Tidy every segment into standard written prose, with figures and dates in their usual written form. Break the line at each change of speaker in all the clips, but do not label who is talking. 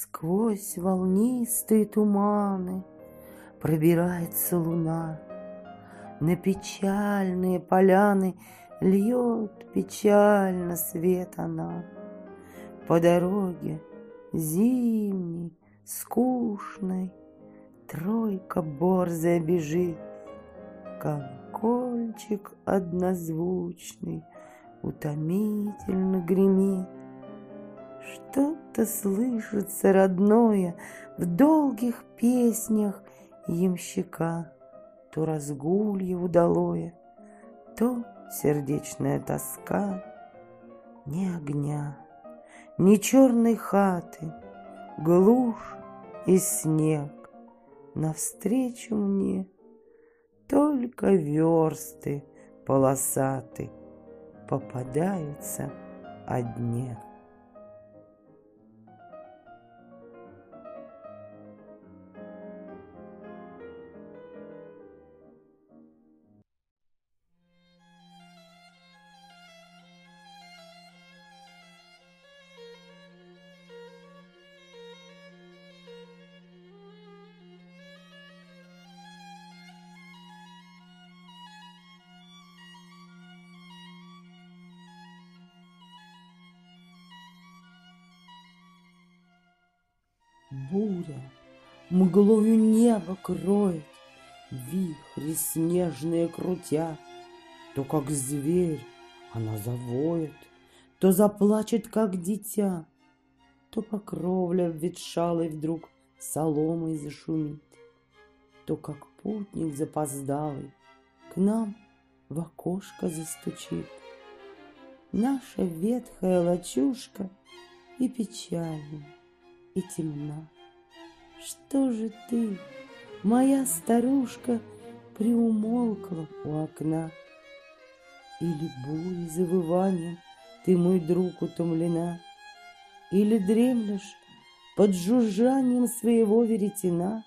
Сквозь волнистые туманы пробирается луна, на печальные поляны льет печально свет она. По дороге зимней, скучной, тройка борзая бежит, колокольчик однозвучный утомительно гремит. Что-то слышится родное в долгих песнях ямщика, то разгулье удалое, то сердечная тоска. Ни огня, ни черной хаты, глушь и снег. Навстречу мне только версты полосаты попадаются одни. Буря мглою небо кроет, вихри снежные крутя. То, как зверь, она завоет, то заплачет, как дитя, то по кровле обветшалой вдруг соломой зашумит, то, как путник запоздалый, к нам в окошко застучит. Наша ветхая лачушка и печальна, и темна. Что же ты, моя старушка, приумолкла у окна? Или бурей завыванием ты, мой друг, утомлена? Или дремлешь под жужжанием своего веретена?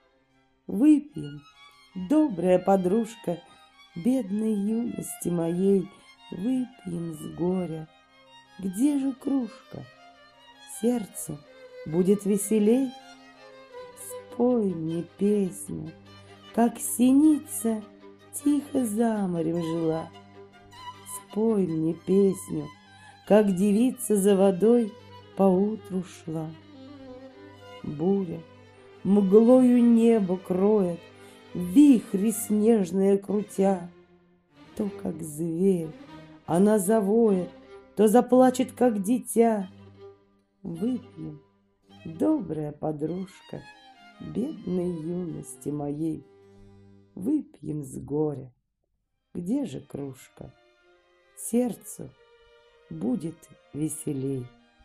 Выпьем, добрая подружка, бедной юности моей, выпьем с горя. Где же кружка? Сердцу будет веселей? Спой мне песню, как синица тихо за морем жила. Спой мне песню, как девица за водой поутру шла. Буря мглою небо кроет, вихри снежные крутя. То, как зверь, она завоет, то заплачет, как дитя. Выпьем, добрая подружка, бедной юности моей, выпьем с горя. Где же кружка? Сердцу будет веселей.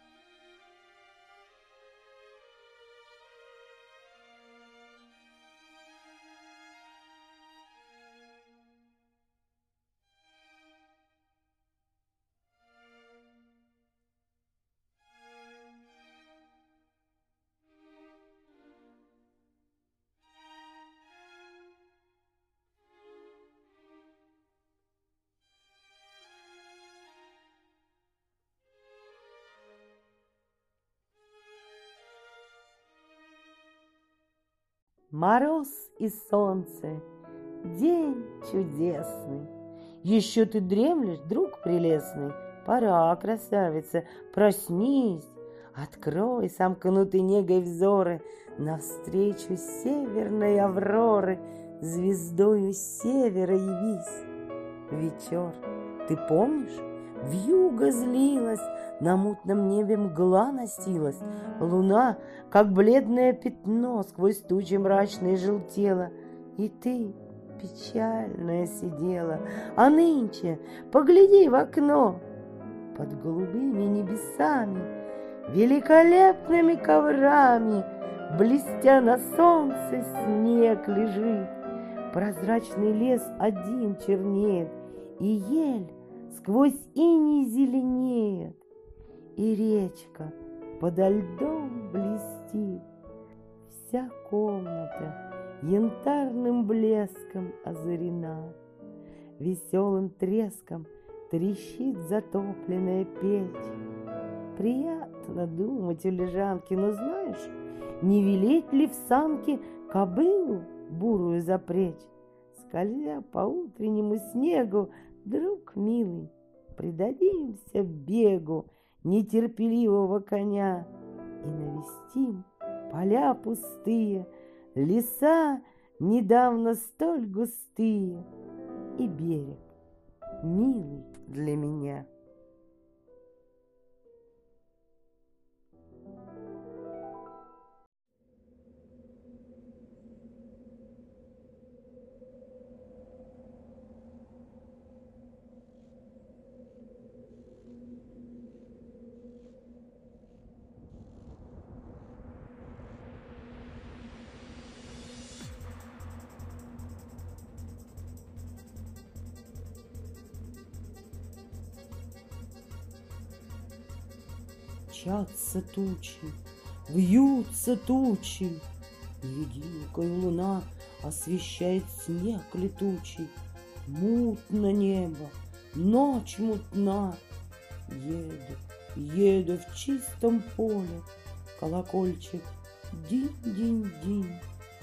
Мороз и солнце, день чудесный. Еще ты дремлешь, друг прелестный? Пора, красавица, проснись. Открой сомкнутый негой взоры навстречу северной авроры. Звездою севера явись. Вечер, ты помнишь? Вьюга злилась, на мутном небе мгла носилась. Луна, как бледное пятно, сквозь тучи мрачные желтела. И ты, печальная, сидела. А нынче погляди в окно. Под голубыми небесами, великолепными коврами, блестя на солнце, снег лежит. Прозрачный лес один чернеет, и ель сквозь иней зеленеет, и речка подо льдом блестит. Вся комната янтарным блеском озарена, веселым треском трещит затопленная печь. Приятно Охотно думать у лежанки, но знаешь, не велеть ли в санке кобылу бурую запречь? Скользя по утреннему снегу, друг милый, предадимся бегу нетерпеливого коня и навестим поля пустые, леса недавно столь густые и берег, милый для меня. Мчатся тучи, вьются тучи, невидимкой луна освещает снег летучий. Мутно небо, ночь мутна. Еду в чистом поле, колокольчик динь-динь-динь.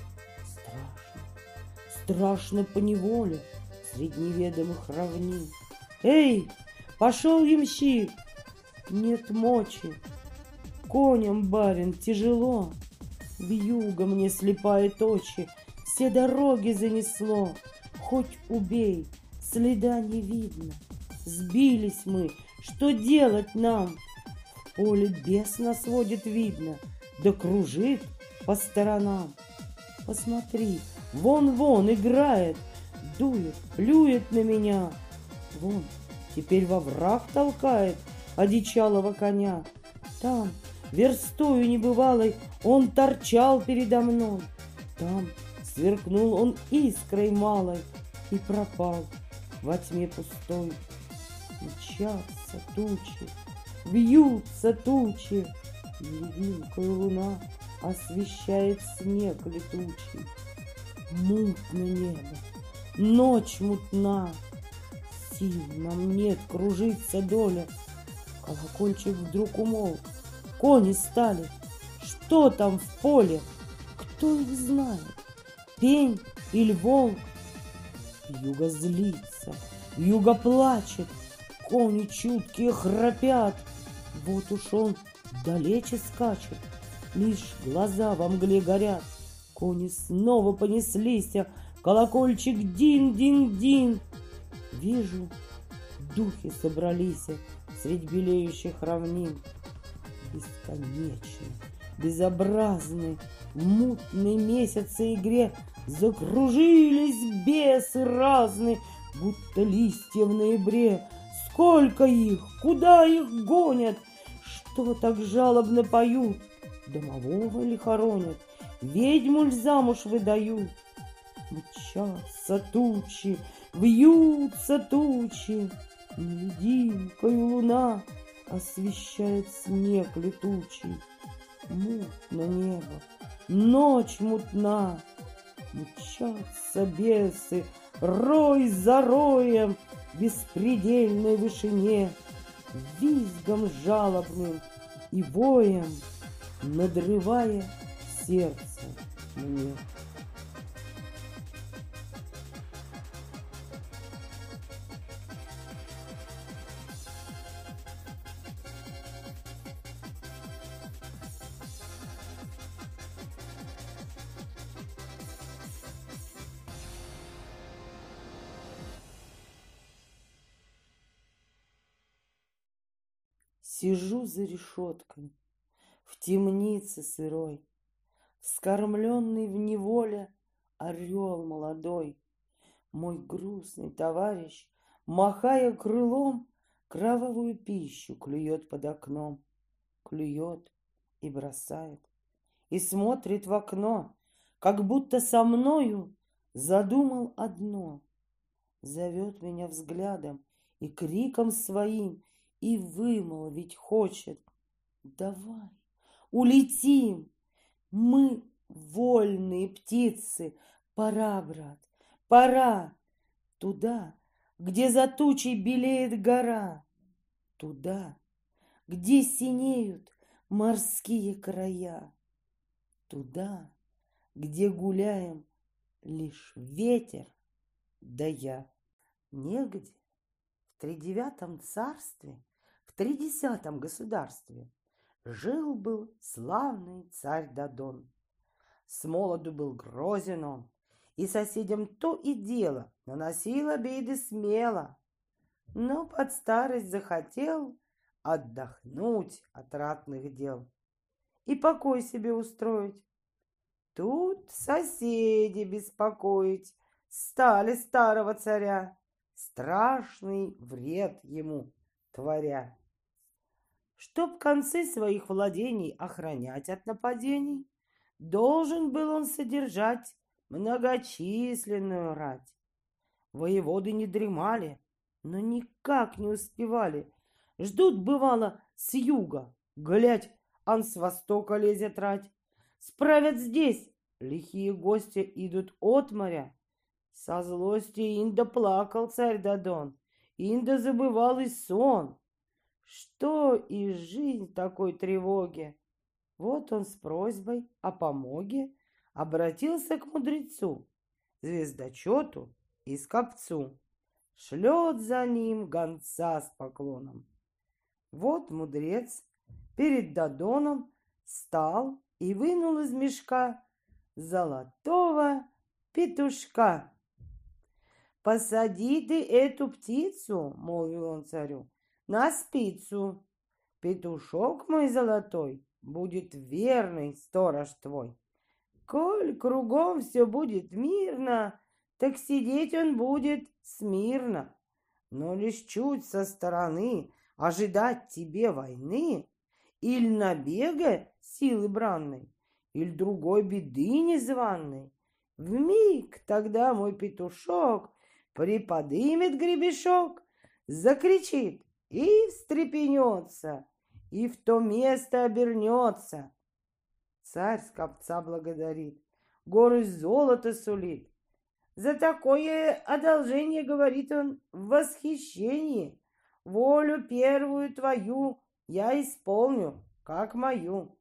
Страшно поневоле средь неведомых равнин. Эй, пошел ямщик! Нет мочи, коням, барин, тяжело. Вьюга мне слепает очи, все дороги занесло. Хоть убей, следа не видно. Сбились мы, что делать нам? В поле бес нас водит, видно, да кружит по сторонам. Посмотри, вон играет, дует, плюет на меня. Вон, теперь во враг толкает одичалого коня. Там, верстою небывалой, он торчал передо мной. Там сверкнул он искрой малой и пропал во тьме пустой. Мчатся тучи, вьются тучи, невидимкой луна освещает снег летучий. Мутно небо, ночь мутна, сил нам нет, кружится доля. Колокольчик вдруг умолк, кони стали. Что там в поле? Кто их знает? Пень или волк? Вьюга злится, вьюга плачет, кони чуткие храпят. Вот уж он далече скачет, лишь глаза во мгле горят. Кони снова понеслись, колокольчик дин-дин-дин. Вижу, духи собрались средь белеющих равнин. Бесконечны, безобразны, в мутной месяце игре закружились бесы разные, будто листья в ноябре. Сколько их, куда их гонят, что так жалобно поют? Домового ли хоронят, ведьму ль замуж выдают? Мчатся тучи, вьются тучи, невидимкой луна освещает снег летучий. Мутно небо, ночь мутна, мчатся бесы, рой за роем в беспредельной вышине, визгом жалобным и воем, надрывая сердце мне. Сижу за решеткой, в темнице сырой, вскормленный в неволе орел молодой. Мой грустный товарищ, махая крылом, кровавую пищу клюет под окном. Клюет и бросает, и смотрит в окно, как будто со мною задумал одно. Зовет меня взглядом и криком своим, и вымолвить хочет: давай, улетим, мы вольные птицы, пора, брат, пора, туда, где за тучей белеет гора, туда, где синеют морские края, туда, где гуляем лишь ветер да я. Негде, в тридевятом царстве, в тридесятом государстве жил-был славный царь Дадон. С молоду был грозен он, и соседям то и дело наносил обиды смело, но под старость захотел отдохнуть от ратных дел и покой себе устроить. Тут соседи беспокоить стали старого царя, страшный вред ему творя. Чтоб концы своих владений охранять от нападений, должен был он содержать многочисленную рать. Воеводы не дремали, но никак не успевали. Ждут, бывало, с юга, глядь, ан с востока лезет рать. Справят здесь, лихие гости идут от моря. Со злости инда плакал царь Дадон, инда забывал и сон. Что и жизнь такой тревоги? Вот он с просьбой о помоге обратился к мудрецу, звездочету и скопцу. Шлет за ним гонца с поклоном. Вот мудрец перед Дадоном стал и вынул из мешка золотого петушка. «Посади ты эту птицу, — молвил он царю, — на спицу. Петушок мой золотой будет верный сторож твой. Коль кругом все будет мирно, так сидеть он будет смирно. Но лишь чуть со стороны ожидать тебе войны, или набега силы бранной, или другой беды незваной, вмиг тогда мой петушок приподымет гребешок, закричит и встрепенется, и в то место обернется». Царь скопца благодарит, горы золота сулит. За такое одолжение, говорит он, в восхищении. Волю первую твою я исполню, как мою.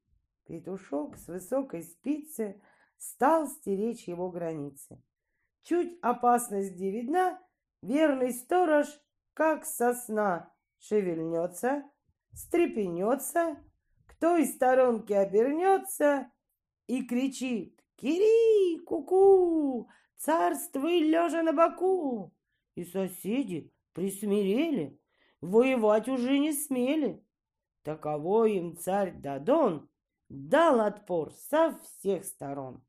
Петушок с высокой спицы стал стеречь его границы. Чуть опасность где видна, верный сторож, как со сна, шевельнется, встрепенется, к той сторонке обернется и кричит: «Кири, ку-ку, царствуй лежа на боку!» И соседи присмирели, воевать уже не смели. Таково им царь Дадон дал отпор со всех сторон.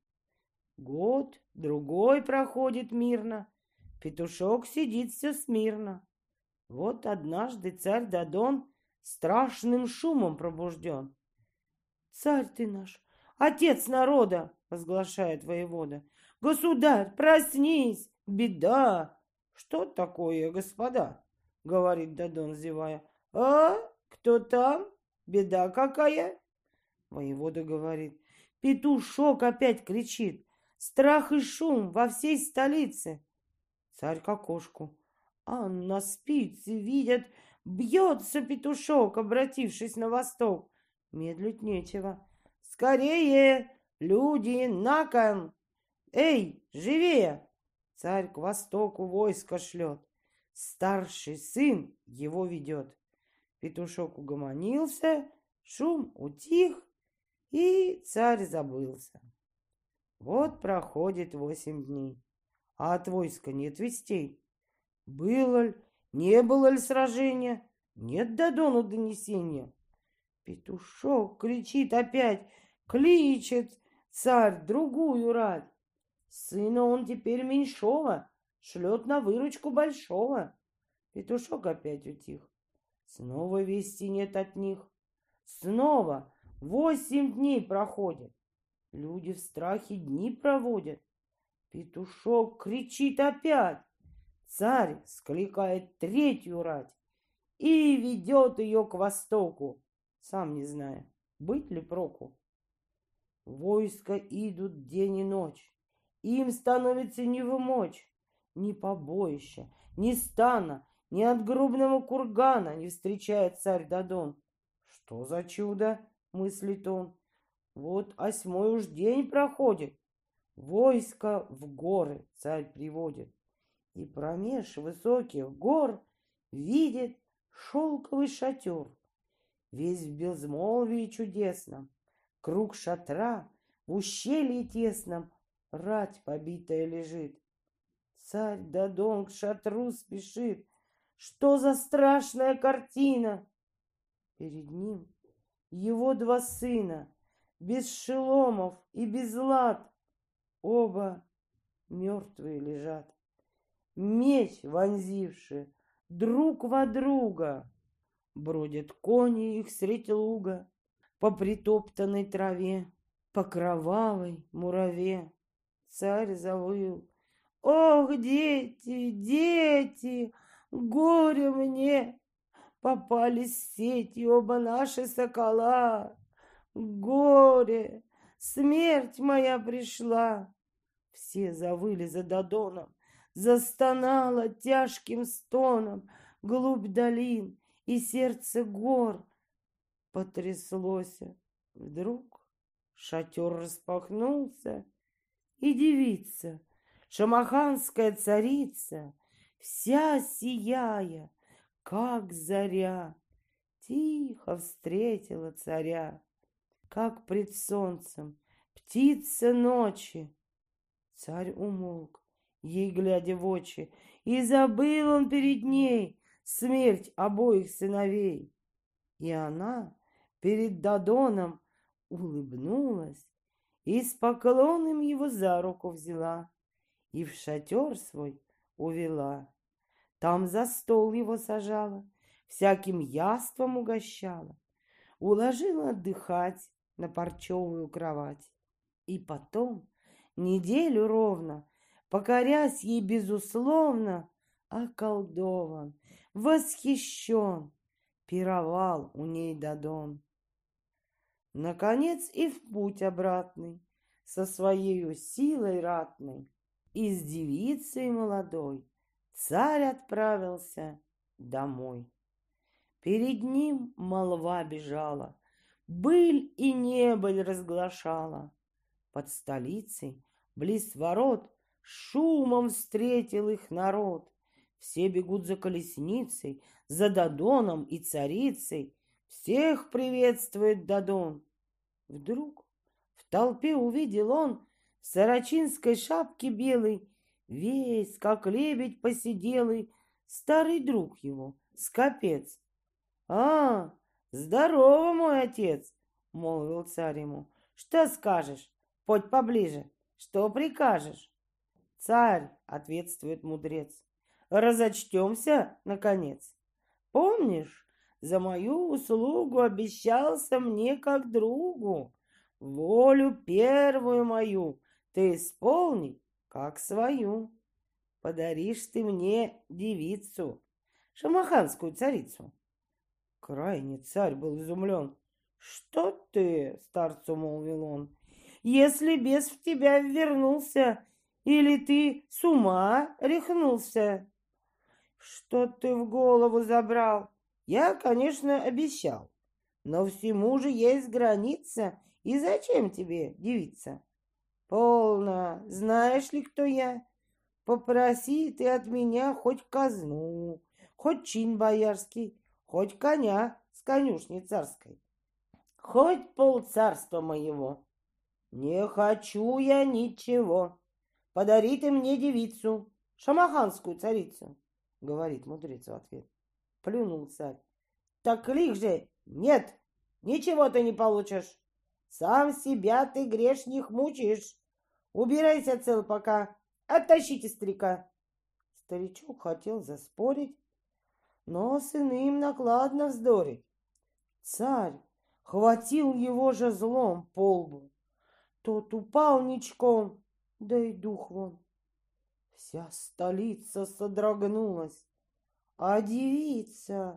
Год, другой проходит мирно, петушок сидит все смирно. Вот однажды царь Дадон страшным шумом пробужден. «Царь ты наш, отец народа!» — возглашает воевода. «Государь, проснись! Беда!» «Что такое, господа?» — говорит Дадон, зевая. «А? Кто там? Беда какая?» Воевода говорит: «Петушок опять кричит. Страх и шум во всей столице». Царь к окошку. А на спице видят, бьется петушок, обратившись на восток. Медлить нечего. «Скорее, люди, на кон! Эй, живее!» Царь к востоку войско шлет. Старший сын его ведет. Петушок угомонился, шум утих, и царь забылся. Вот проходит 8 дней, а от войска нет вестей. Было ли, не было ли сражения? Нет Дадону донесения. Петушок кричит опять, кличет царь другую рать. Сына он теперь меньшого шлет на выручку большого. Петушок опять утих. Снова вести нет от них. Снова 8 дней проходят. Люди в страхе дни проводят. Петушок кричит опять. Царь скликает третью рать и ведет ее к востоку, сам не зная, быть ли проку. Войска идут день и ночь, им становится не вымочь. Ни побоища, ни стана, ни от грубного кургана не встречает царь Дадон. Что за чудо? мыслит он. Вот 8-й уж день проходит, войско в горы царь приводит. И промеж высоких гор видит шелковый шатер, весь в безмолвии чудесном. Круг шатра в ущелье тесном рать побитая лежит. Царь Дадон к шатру спешит. Что за страшная картина! Перед ним его 2 сына, без шеломов и без лад, оба мертвые лежат. Меч вонзивши друг во друга, бродят кони их средь луга по притоптанной траве, по кровавой мураве. Царь завыл: ох, дети, дети, горе мне! Попались в сети оба наши сокола. Горе, смерть моя пришла. Все завыли за Дадоном, застонало тяжким стоном глубь долин, и сердце гор потряслось. Вдруг шатер распахнулся, и девица, шамаханская царица, вся сияя, как заря, тихо встретила царя, как пред солнцем птица ночи. Царь умолк, ей глядя в очи, и забыл он перед ней смерть обоих сыновей. И она перед Дадоном улыбнулась и с поклоном его за руку взяла и в шатер свой увела. Там за стол его сажала, всяким яством угощала, уложила отдыхать на парчевую кровать. И потом, неделю ровно, покорясь ей безусловно, околдован, восхищен, пировал у ней Дадон. Наконец и в путь обратный, со своею силой ратной, и с девицей молодой царь отправился домой. Перед ним молва бежала, быль и небыль разглашала. Под столицей, близ ворот, шумом встретил их народ. Все бегут за колесницей, за Дадоном и царицей. Всех приветствует Дадон. Вдруг в толпе увидел он в сорочинской шапке белой, весь, как лебедь посиделый, старый друг его, Скопец. «А, здорово, мой отец!» — молвил царь ему. «Что скажешь? Подь поближе. Что прикажешь?» «Царь!» — ответствует мудрец. «Разочтемся, наконец. Помнишь, за мою услугу обещался мне как другу. Волю первую мою ты исполни, как свою. Подаришь ты мне девицу, шамаханскую царицу». Крайне царь был изумлен. «Что ты, старцу, — молвил он, — если бес в тебя вернулся, или ты с ума рехнулся? Что ты в голову забрал? Я, конечно, обещал, но всему же есть граница, и зачем тебе девица? Полно, знаешь ли, кто я? Попроси ты от меня хоть казну, хоть чин боярский, хоть коня с конюшни царской, хоть полцарства моего. Не хочу я ничего. Подари ты мне девицу, шамаханскую царицу, — говорит мудрец в ответ. Плюнул царь. Так лих же, нет, ничего ты не получишь. Сам себя ты, грешник, мучаешь. Убирайся цел пока, оттащите старика. Старичок хотел заспорить, но с иным накладно вздорить. Царь хватил его же злом по лбу. Тот упал ничком, да и дух вон. Вся столица содрогнулась, а девица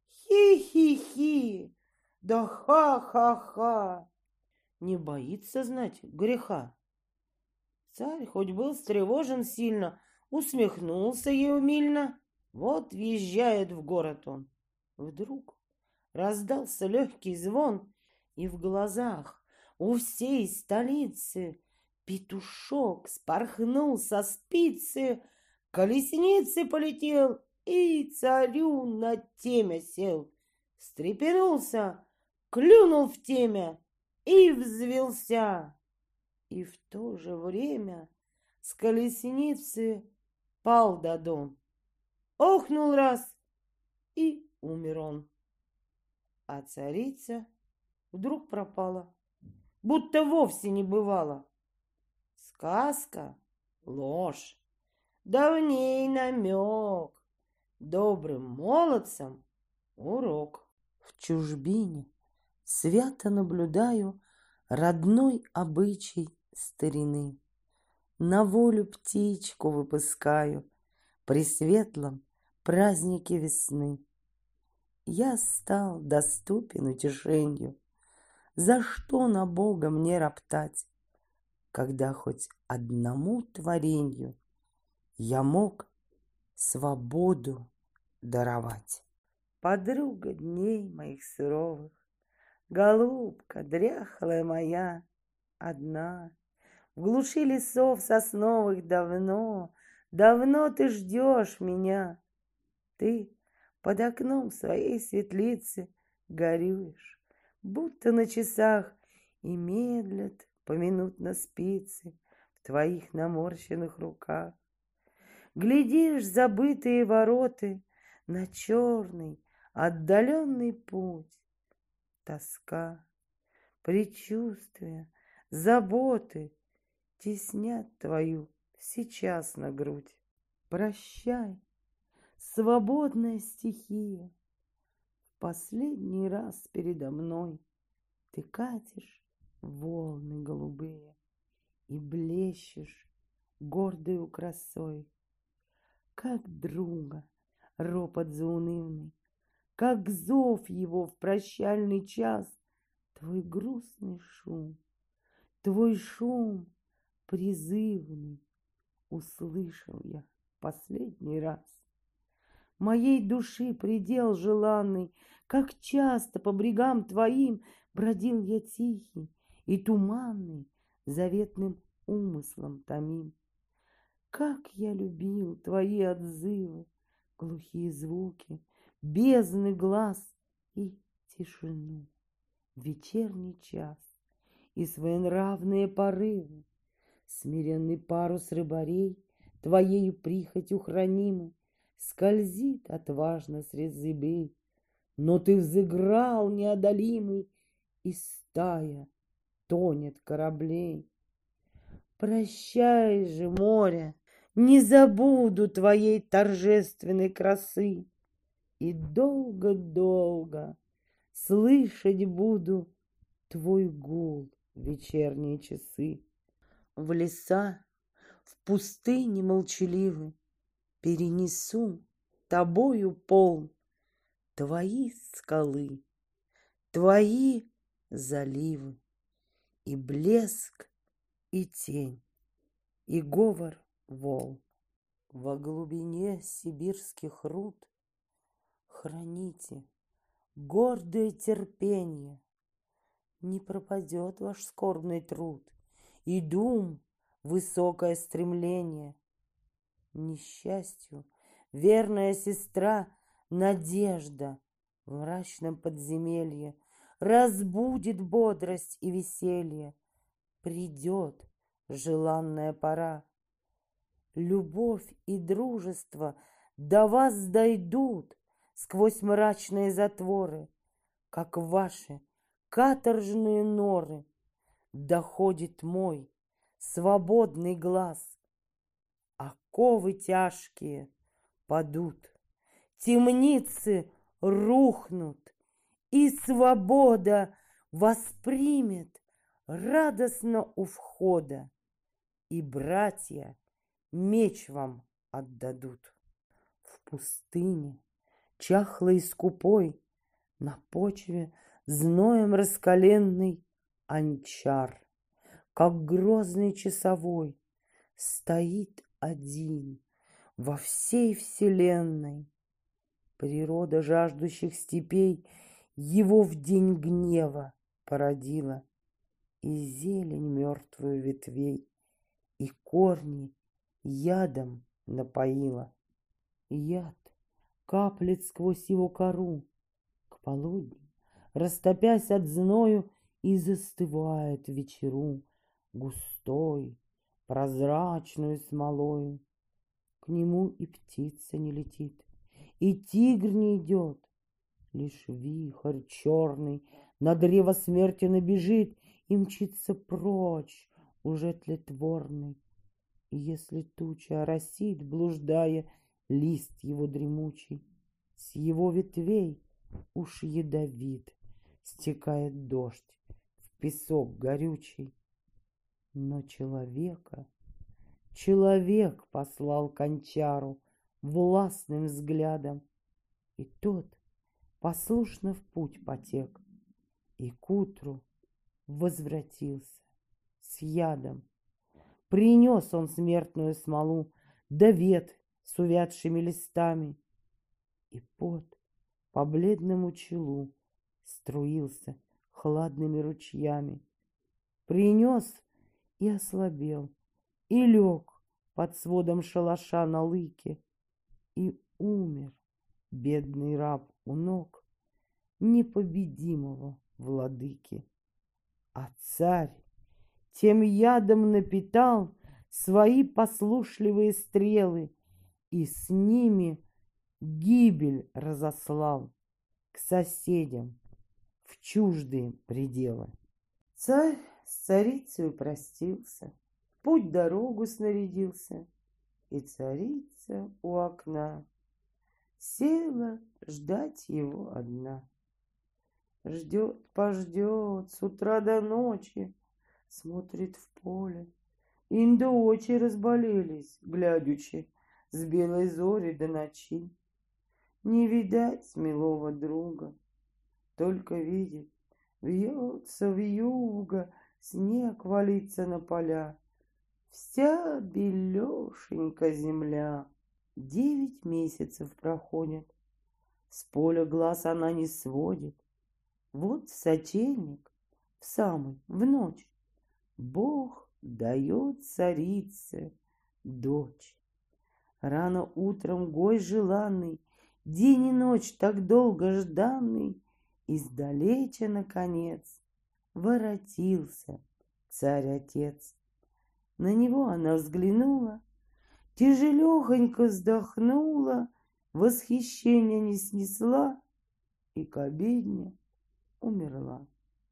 хи-хи-хи, да ха-ха-ха, не боится знать греха. Царь хоть был встревожен сильно, усмехнулся ей умильно. Вот въезжает в город он. Вдруг раздался легкий звон, И в глазах у всей столицы петушок спорхнул со спицы, колесницы полетел и царю на темя сел. Встрепенулся, клюнул в темя и взвился. И в то же время с колесницы пал Дадон. Охнул раз, и умер он. А царица вдруг пропала, будто вовсе не бывало. Сказка — ложь, да в ней намек, добрым молодцам урок. В чужбине свято наблюдаю родной обычай старины. На волю птичку выпускаю при светлом празднике весны. Я стал доступен утешенью. За что на Бога мне роптать, когда хоть одному творенью я мог свободу даровать? Подруга дней моих суровых, голубка дряхлая моя, одна, в глуши лесов сосновых давно, давно ты ждешь меня. Ты под окном своей светлицы горюешь, будто на часах, и медлят поминутно спицы в твоих наморщенных руках. Глядишь забытые вороты на черный отдаленный путь. Тоска, предчувствия, заботы теснят твою сейчас на грудь. Прощай, свободная стихия, в последний раз передо мной ты катишь волны голубые и блещешь гордою красой. Как друга ропот заунывный, как зов его в прощальный час, твой грустный шум, твой шум призывный услышал я последний раз. Моей души предел желанный, как часто по брегам твоим бродил я тихий и туманный, заветным умыслом томим. Как я любил твои отзывы, глухие звуки, бездны глаз и тишину, вечерний час и своенравные порывы, смиренный парус рыбарей, твоею прихотью хранимый, скользит отважно средь зыбей, но ты взыграл неодолимый, и стая тонет кораблей. Прощай же, море, не забуду твоей торжественной красы, и долго-долго слышать буду твой гул в вечерние часы. В леса, в пустыне молчаливы перенесу тобою полн твои скалы, твои заливы, и блеск, и тень, и говор волн. Во глубине сибирских руд храните гордое терпенье, не пропадет ваш скорбный труд, и дум высокое стремление. Несчастью верная сестра надежда в мрачном подземелье разбудит бодрость и веселье. Придет желанная пора. Любовь и дружество до вас дойдут сквозь мрачные затворы, как ваши каторжные норы доходит мой свободный глаз. Оковы тяжкие падут, темницы рухнут, и свобода воспримет радостно у входа, и братья меч вам отдадут. В пустыне, чахлой и скупой, на почве зноем раскаленный Анчар, как грозный часовой, стоит один во всей вселенной. Природа жаждущих степей его в день гнева породила, и зелень мертвую ветвей, и корни ядом напоила. Яд каплет сквозь его кору к полудню, растопясь от зною, и застывает в вечеру густой, прозрачную смолою. К нему и птица не летит, и тигр не идет, лишь вихрь черный на древо смерти набежит и мчится прочь, уже тлетворный. И если туча оросит, блуждая, лист его дремучий, с его ветвей уж ядовит стекает дождь в песок горючий. Но человек послал к Анчару властным взглядом, и тот послушно в путь потек, и к утру возвратился с ядом. Принес он смертную смолу, да ветвь с увядшими листами, и пот по бледному челу струился хладными ручьями. Принес и ослабел, и лег под сводом шалаша на лыке, и умер бедный раб у ног непобедимого владыки. А царь тем ядом напитал свои послушливые стрелы и с ними гибель разослал к соседям в чуждые пределы. Царь с царицей простился, в путь дорогу снарядился, и царица у окна села ждать его одна. Ждет, пождет с утра до ночи, смотрит в поле. Инда очи разболелись, глядячи с белой зори до ночи. Не видать милого друга, только видит, вьется вьюга, снег валится на поля. Вся белешенька земля. 9 месяцев проходит, с поля глаз она не сводит. Вот в сочельник, в ночь, Бог дает царице дочь. Рано утром гой желанный, день и ночь так долго жданный, издалеча, наконец, воротился царь-отец. На него она взглянула, тяжелехонько вздохнула, восхищения не снесла и к обедне умерла.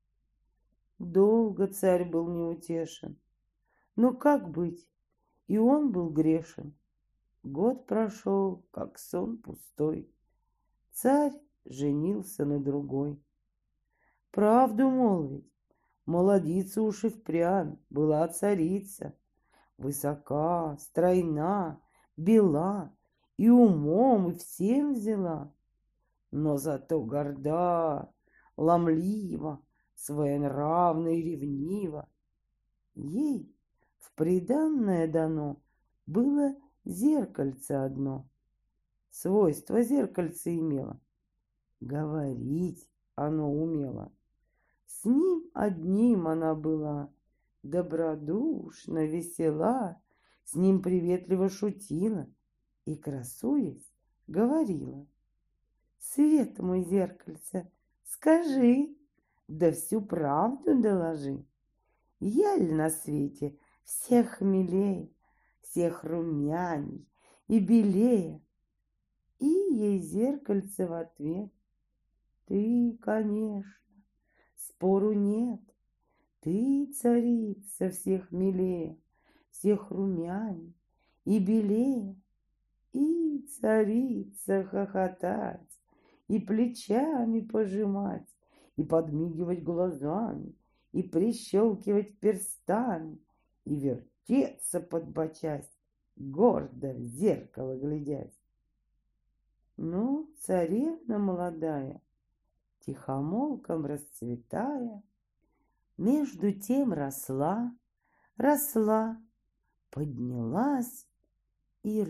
Долго царь был неутешен, но как быть, и он был грешен. Год прошел, как сон пустой. Царь женился на другой. Правду молвить, молодица уж и впрямь была царица. Высока, стройна, бела, и умом, и всем взяла. Но зато горда, ломлива, своенравна и ревнива. Ей в приданное дано было зеркальце одно. Свойство зеркальце имело. Говорить оно умело. С ним одним она была добродушна, весела, с ним приветливо шутила и, красуясь, говорила: «Свет мой, зеркальце, скажи, да всю правду доложи. Я ли на свете всех милее, всех румяней и белее?» И ей зеркальце в ответ: «Ты, конечно, спору нет. Ты, царица, всех милее, всех румяней и белее». И царица хохотать, и плечами пожимать, и подмигивать глазами, и прищелкивать перстами, и вертеться подбочась, гордо в зеркало глядясь. Ну, царевна молодая, тихомолком расцветая, между тем росла, поднялась и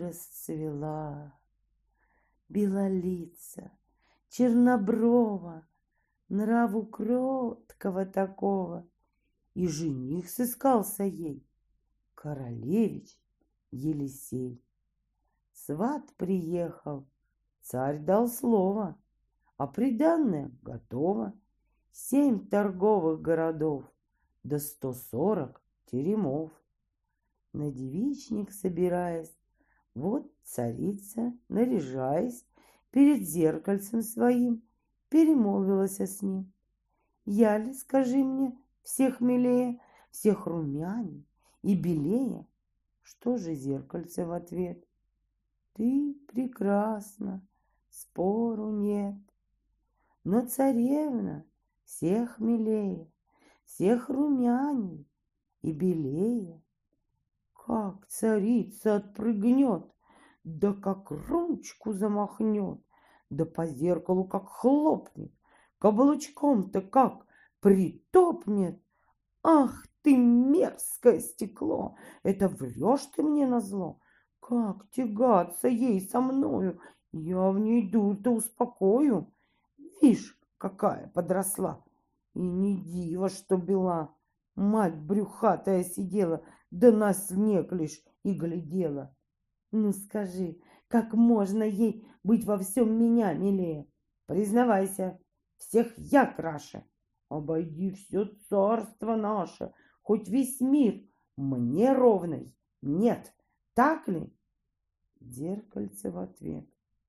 расцвела. Белолица, черноброва, нраву кроткого такого. И жених сыскался ей, королевич Елисей. Сват приехал, царь дал слово, а приданное готово. 7 торговых городов, да 140 теремов. На девичник собираясь, вот царица, наряжаясь, перед зеркальцем своим, перемолвилась с ним. Я ли, скажи мне, всех милее, всех румяней и белее? Что же зеркальце в ответ? Ты прекрасна, спору нет. Но царевна всех милее, всех румяней и белее. Как царица отпрыгнет, да как ручку замахнет, да по зеркалу как хлопнет, каблучком-то как притопнет. Ах ты, мерзкое стекло, это врешь ты мне назло. Как тягаться ей со мною, я в ней дур-то успокою. Вишь, какая подросла, и не диво, что бела. Мать брюхатая сидела, да на снег лишь и глядела. Ну скажи, как можно ей быть во всем меня милее? Признавайся, всех я краше. Обойди все царство наше, хоть весь мир мне ровный. Нет, так ли? Зеркальце в ответ.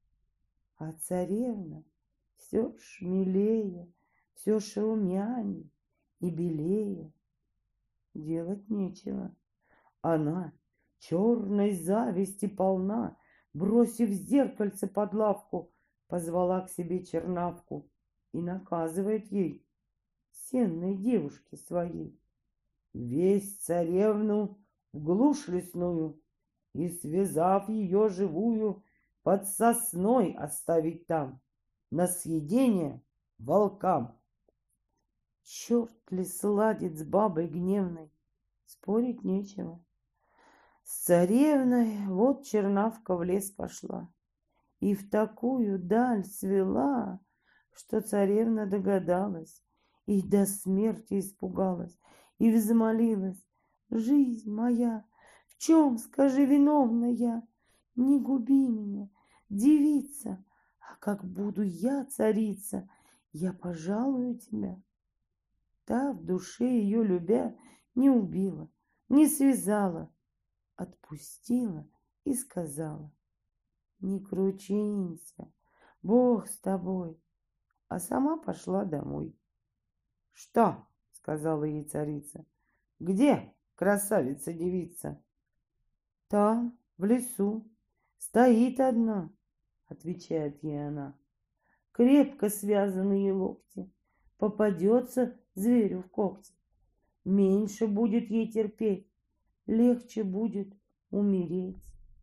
А царевна все ж милее, все ж румяней и белее. Делать нечего. Она черной зависти полна, бросив зеркальце под лавку, позвала к себе чернавку и наказывает ей, сенной девушке своей, весь царевну в глушь лесную и, связав ее живую, под сосной оставить там, на съедение волкам. Черт ли сладит с бабой гневной, спорить нечего. С царевной вот чернавка в лес пошла и в такую даль свела, что царевна догадалась и до смерти испугалась и взмолилась. Жизнь моя, в чем, скажи, виновна я? Не губи меня, девица, а как буду я царица, я пожалую тебя. Та, в душе ее любя, не убила, не связала, отпустила и сказала: не кручинься, Бог с тобой, а сама пошла домой. Что? Сказала ей царица. Где красавица-девица? Там, в лесу, стоит одна, отвечает ей она. Крепко связанные локти, попадется зверю в когти. Меньше будет ей терпеть, легче будет умереть.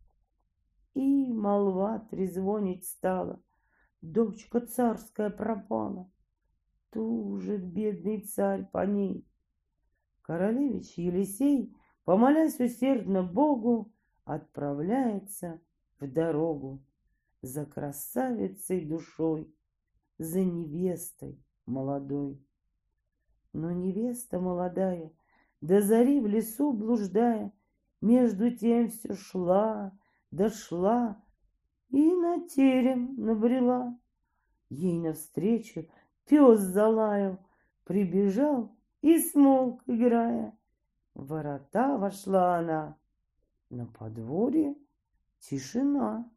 И молва трезвонить стала, дочка царская пропала. Тужит бедный царь по ней. Королевич Елисей, помолясь усердно Богу, отправляется в дорогу за красавицей душой, за невестой молодой. Но невеста молодая, до зари в лесу блуждая, между тем все шла, дошла и на терем набрела. Ей навстречу пес залаял, прибежал и смолк, играя. В ворота вошла она, на подворье тишина.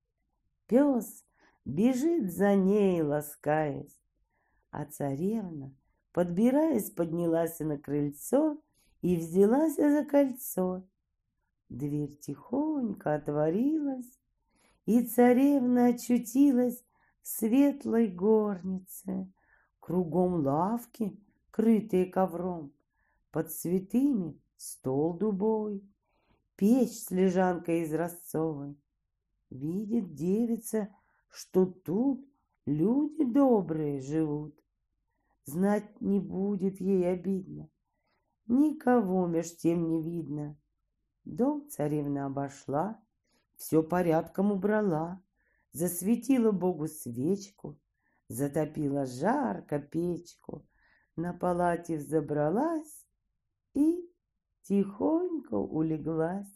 Пес бежит за ней, ласкаясь, а царевна, подбираясь, поднялась на крыльцо и взялась за кольцо. Дверь тихонько отворилась, и царевна очутилась в светлой горнице. Кругом лавки, крытые ковром, под цветами стол дубовый, печь с лежанкой изразцовой. Видит девица, что тут люди добрые живут. Знать не будет ей обидно, никого меж тем не видно. Дом царевна обошла, все порядком убрала, засветила Богу свечку, затопила жарко печку, на палате взобралась и тихонько улеглась.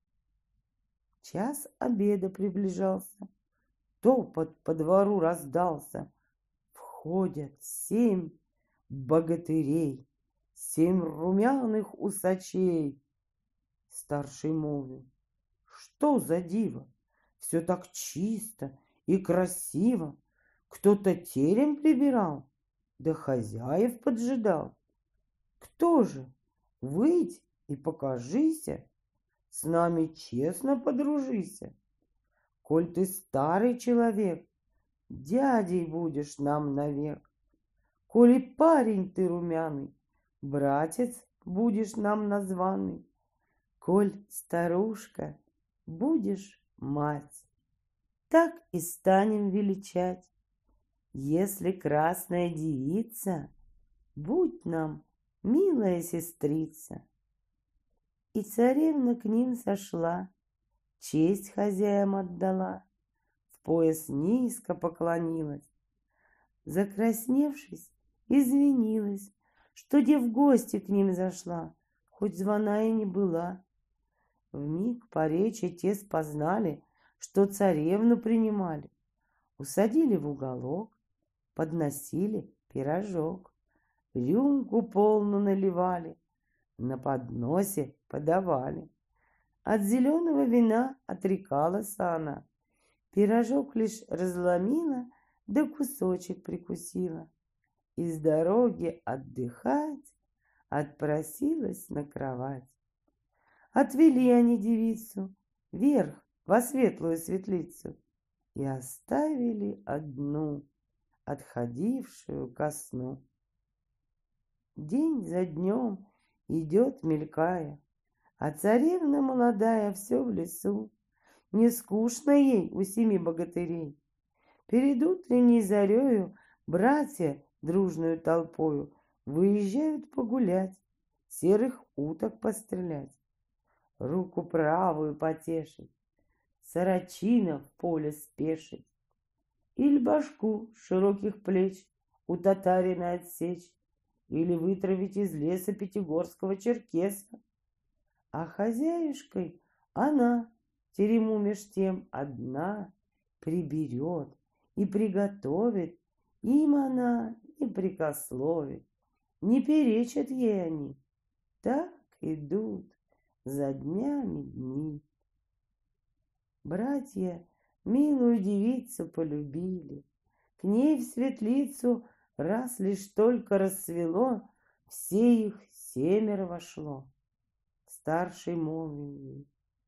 Час обеда приближался, топот по двору раздался. Входят 7 богатырей, 7 румяных усачей. Старший молвил: что за диво? Все так чисто и красиво. Кто-то терем прибирал, да хозяев поджидал. Кто же? Выйдь и покажися, с нами честно подружися. Коль ты старый человек, дядей будешь нам навек. Коли парень ты румяный, братец будешь нам названный. Коль старушка, будешь мать. Так и станем величать. Если красная девица, будь нам милая сестрица. И царевна к ним сошла, честь хозяям отдала, в пояс низко поклонилась. Закрасневшись, извинилась, что де в гости к ним зашла, хоть звана и не была. Вмиг по речи те спознали, что царевну принимали. Усадили в уголок, подносили пирожок, рюмку полну наливали, на подносе подавали. От зеленого вина отрекалась она, пирожок лишь разломила, да кусочек прикусила. И с дороги отдыхать отпросилась на кровать. Отвели они девицу вверх во светлую светлицу и оставили одну, отходившую ко сну. День за днем идет, мелькая, а царевна молодая все в лесу. Не скучно ей у 7 богатырей. Перед утренней зарею братья дружную толпою выезжают погулять, серых уток пострелять, руку правую потешить, сорочина в поле спешить, или башку широких плеч у татарина отсечь, или вытравить из леса пятигорского черкеса. А хозяюшкой она терему меж тем одна приберет и приготовит, им она не прекословит, не перечат ей они. Так идут за днями дни. Братья милую девицу полюбили, к ней в светлицу раз лишь только рассвело, все их 7 вошло. Старший молвил ей: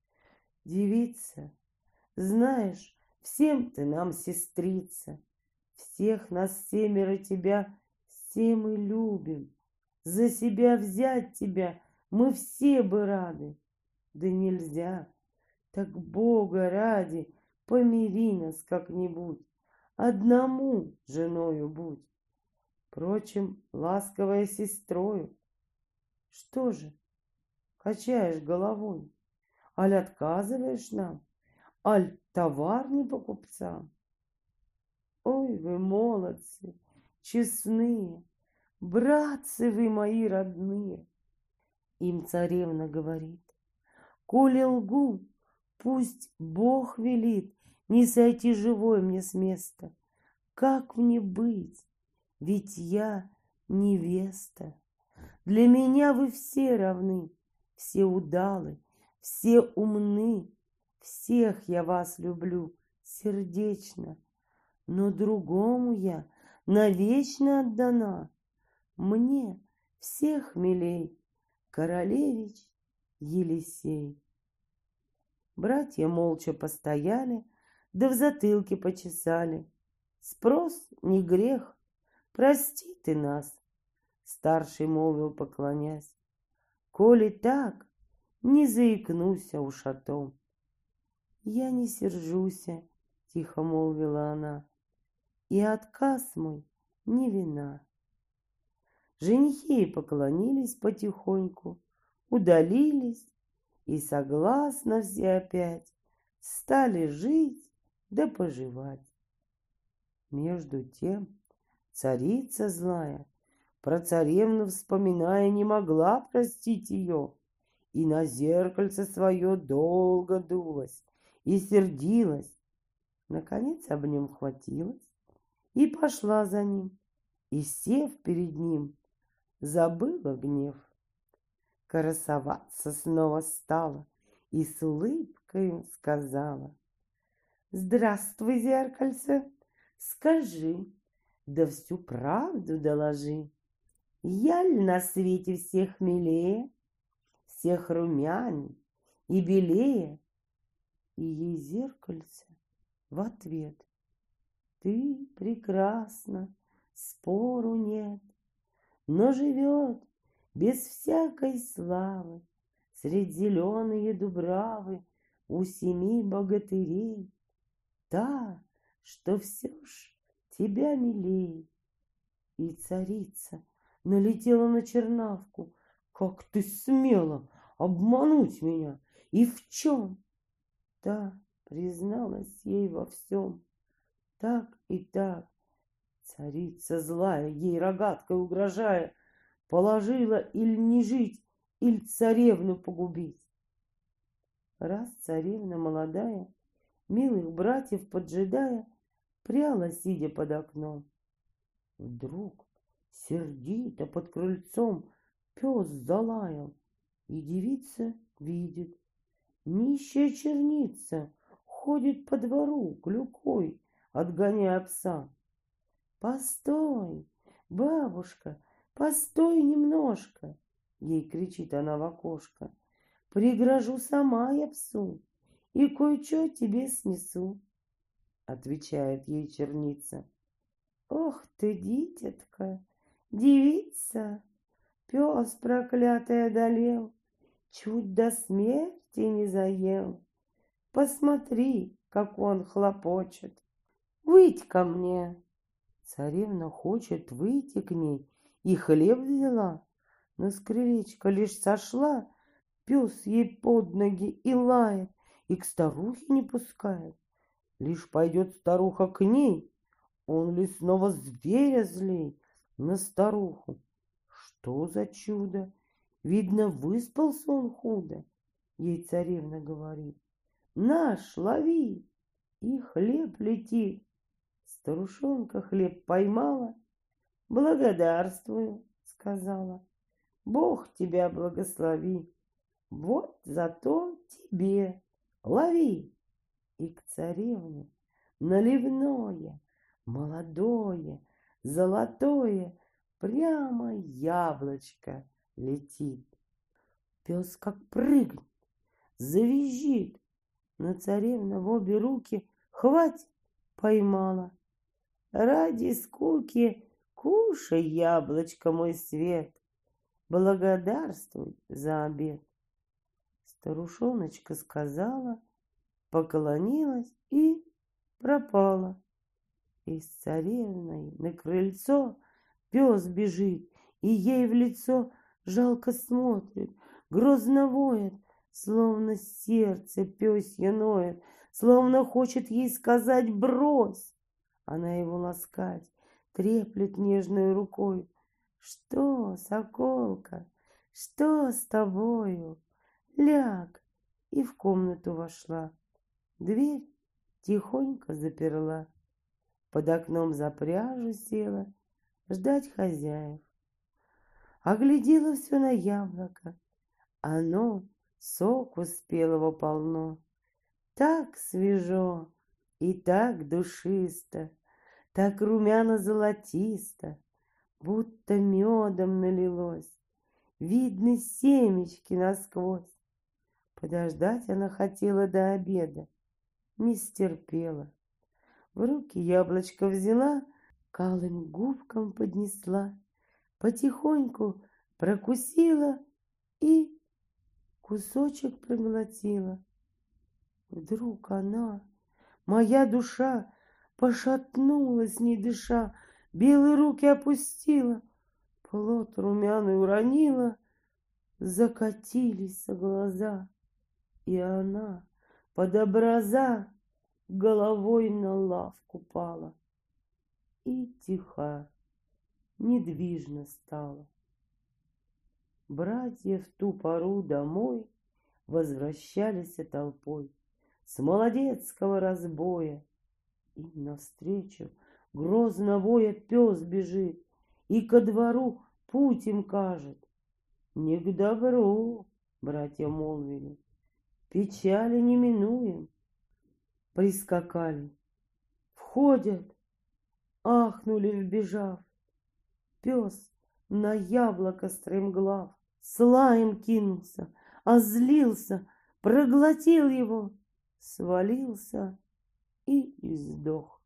девица, знаешь, всем ты нам сестрица, всех нас 7 тебя, все мы любим, за себя взять тебя мы все бы рады, да нельзя. Так Бога ради, помири нас как-нибудь, одному женою будь, впрочем, ласковая сестрою. Что же, качаешь головой, аль отказываешь нам, аль товар не по купцам? Ой, вы молодцы, честные, братцы вы мои родные. Им царевна говорит: коли лгу, пусть Бог велит не сойти живой мне с места. Как мне быть? Ведь я невеста. Для меня вы все равны, все удалы, все умны. Всех я вас люблю сердечно, но другому я навечно отдана. Мне всех милей королевич Елисей. Братья молча постояли, да в затылке почесали. Спрос не грех, прости ты нас, старший молвил, поклонясь. Коли так, не заикнуся уж о том. Я не сержуся, тихо молвила она, и отказ мой не вина. Женихи поклонились потихоньку, удалились, и согласно все опять стали жить да поживать. Между тем царица злая, про царевну вспоминая, не могла простить ее, и на зеркальце свое долго дулась и сердилась. Наконец об нем хватилась и пошла за ним, и, сев перед ним, забыла гнев. Красоваться снова стала и с улыбкой сказала: «Здравствуй, зеркальце, скажи, да всю правду доложи. Я ли на свете всех милее, всех румяней и белее?» И ей зеркальце в ответ: «Ты прекрасна, спору нет, но живет без всякой славы средь зеленые дубравы у 7 богатырей та, что все ж тебя милей». И царица налетела на чернавку: «Как ты смела обмануть меня? И в чем?» Та призналась ей во всем. Так и так. Царица злая, ей рогаткой угрожая, положила иль не жить, иль царевну погубить. Раз царевна молодая, милых братьев поджидая, пряла, сидя под окном. Вдруг сердито под крыльцом пес залаял, и девица видит: нищая черница ходит по двору клюкой, отгоняя пса. «Постой, бабушка, постой немножко!» Ей кричит она в окошко. «Пригрожу сама я псу и кое-что тебе снесу», отвечает ей черница. «Ох ты, дитятка, девица, пес проклятый одолел, чуть до смерти не заел. Посмотри, как он хлопочет. Выйдь ко мне». Царевна хочет выйти к ней, и хлеб взяла, но с крылечка лишь сошла, пес ей под ноги и лает, и к старухе не пускает. Лишь пойдет старуха к ней, он лесного зверя злей на старуху. Что за чудо! Видно, выспался он худо. Ей царевна говорит: «Наш, лови!» И хлеб летит. Старушонка хлеб поймала. «Благодарствую», — сказала, — «Бог тебя благослови. Вот зато тебе, лови». И к царевне наливное, молодое, золотое, прямо яблочко летит. Пес как прыгнет, завизжит, но царевна в обе руки хвать поймала. «Ради скуки кушай яблочко, мой свет, благодарствуй за обед». Старушоночка сказала, поклонилась и пропала. И с царевной на крыльцо пес бежит, и ей в лицо жалко смотрит, грозно воет, словно сердце пёсье ноет, словно хочет ей сказать: «Брось!» Она его ласкать, треплет нежной рукой. «Что, соколка, что с тобою? Ляг!» И в комнату вошла. Дверь тихонько заперла. Под окном за пряжу села ждать хозяев. Оглядела все на яблоко. Оно соку спелого полно. Так свежо и так душисто, так румяно-золотисто, будто медом налилось. Видны семечки насквозь. Подождать она хотела до обеда, не стерпела. В руки яблочко взяла, к алым губкам поднесла, потихоньку прокусила и кусочек проглотила. Вдруг она, моя душа, пошатнулась, не дыша, белые руки опустила, плод румяный уронила, закатились глаза, и она под образа головой на лавку пала. и тиха, недвижно стала. Братья в ту пору домой возвращались толпой с молодецкого разбоя. Им навстречу грозно воя пес бежит и ко двору путь им кажет. Не к добру, братья молвили, печали не минуем. Прискакали, входят, ахнули, вбежав. Пес на яблоко стремглав с лаем кинулся, озлился, проглотил его, свалился и издох.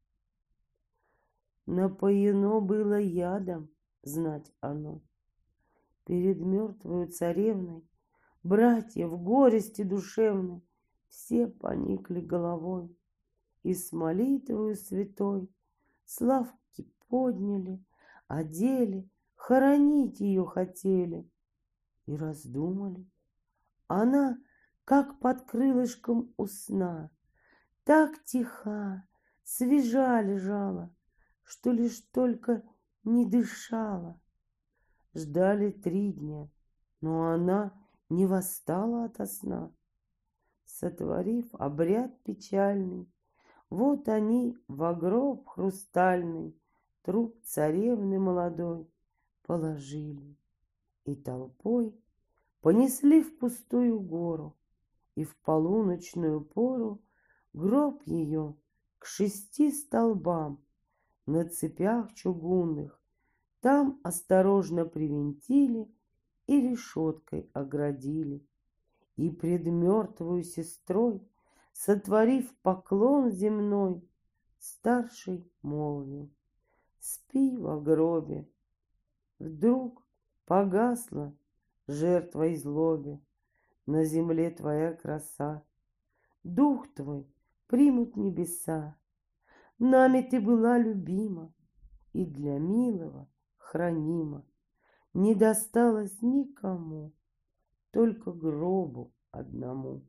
Напоено было ядом, знать оно. Перед мертвою царевной братья в горести душевной все поникли головой и с молитвою святой славки подняли, одели, хоронить ее хотели и раздумали. Она, как под крылышком у сна, так тиха, свежа лежала, что лишь только не дышала. Ждали 3 дня, но она не восстала ото сна. Сотворив обряд печальный, вот они во гроб хрустальный труп царевны молодой положили и толпой понесли в пустую гору, и в полуночную пору гроб ее к 6 столбам на цепях чугунных там осторожно привинтили и решеткой оградили. И пред мертвую сестрой, сотворив поклон земной, старший молвил: спи во гробе. Вдруг погасла жертвой злобе на земле твоя краса. Дух твой примут небеса. Нами ты была любима и для милого хранима. Не досталось никому, только гробу одному.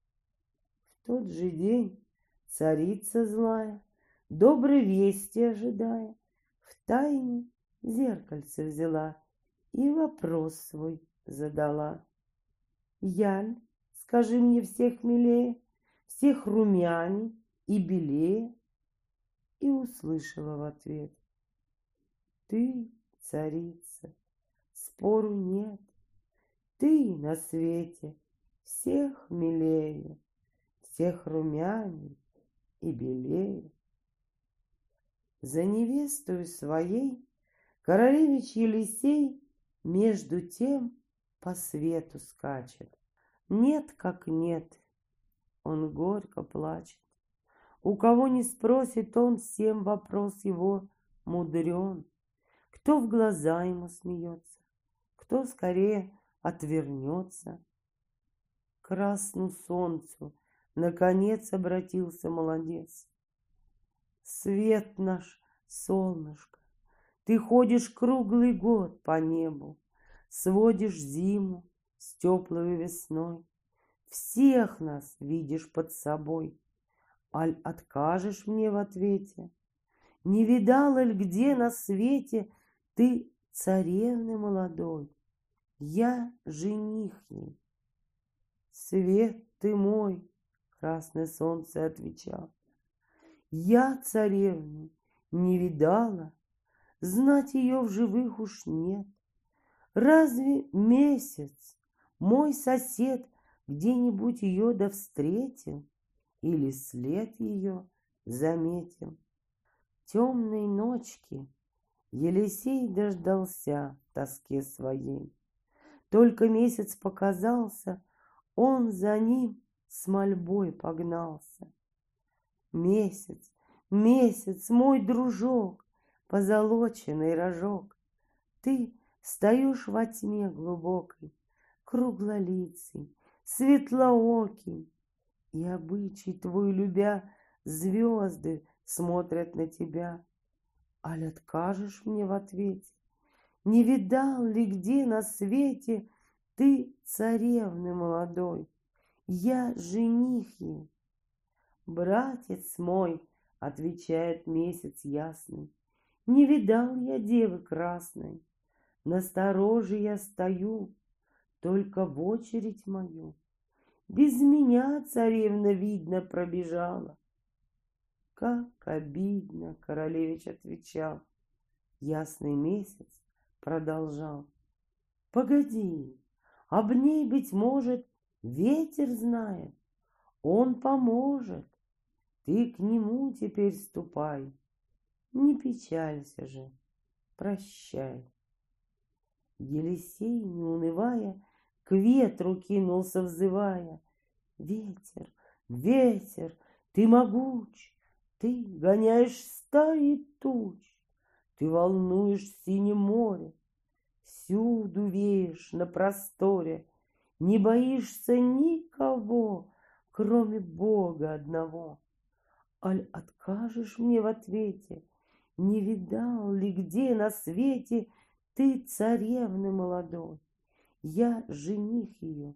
В тот же день царица злая, доброй вести ожидая, втайне зеркальце взяла и вопрос свой задала: Яль, скажи мне всех милее, всех румяней и белее. И услышала в ответ: ты, царица, спору нет, ты на свете всех милее, всех румяней и белее. За невестою своей королевич Елисей между тем по свету скачет. Нет, как нет, он горько плачет. У кого не спросит он, всем вопрос его мудрен. Кто в глаза ему смеется, кто скорее отвернется. К красному солнцу наконец обратился молодец. Свет наш, солнышко, ты ходишь круглый год по небу, сводишь зиму с теплой весной, всех нас видишь под собой. Аль откажешь мне в ответе? Не видала ль где на свете ты царевны молодой? Я жених ей. Свет ты мой, красное солнце отвечал. Я царевны не видала, знать ее в живых уж нет. Разве месяц мой сосед где-нибудь ее да встретил или след ее заметил? Темной ночки Елисей дождался в тоске своей. Только месяц показался, он за ним с мольбой погнался. Месяц, месяц, мой дружок, позолоченный рожок, ты встаешь во тьме глубокой, круглолицый, светлоокий, и обычай твой любя, звезды смотрят на тебя. Аль откажешь мне в ответе? Не видал ли где на свете ты царевны молодой? Я жених ей. Братец мой, отвечает месяц ясный, Не видал я девы красной, настороже я стою, только в очередь мою. Без меня царевна, видно, пробежала. Как обидно, королевич отвечал. Ясный месяц продолжал. Погоди, об ней, быть может, ветер знает, он поможет. Ты к нему теперь ступай, не печалься же, прощай. Елисей, не унывая, к ветру кинулся, взывая. Ветер, ветер, ты могуч, ты гоняешь стаи туч, ты волнуешь синее море, всюду веешь на просторе, не боишься никого, кроме Бога одного. Аль откажешь мне в ответе, не видал ли где на свете ты царевны молодой? Я жених ее.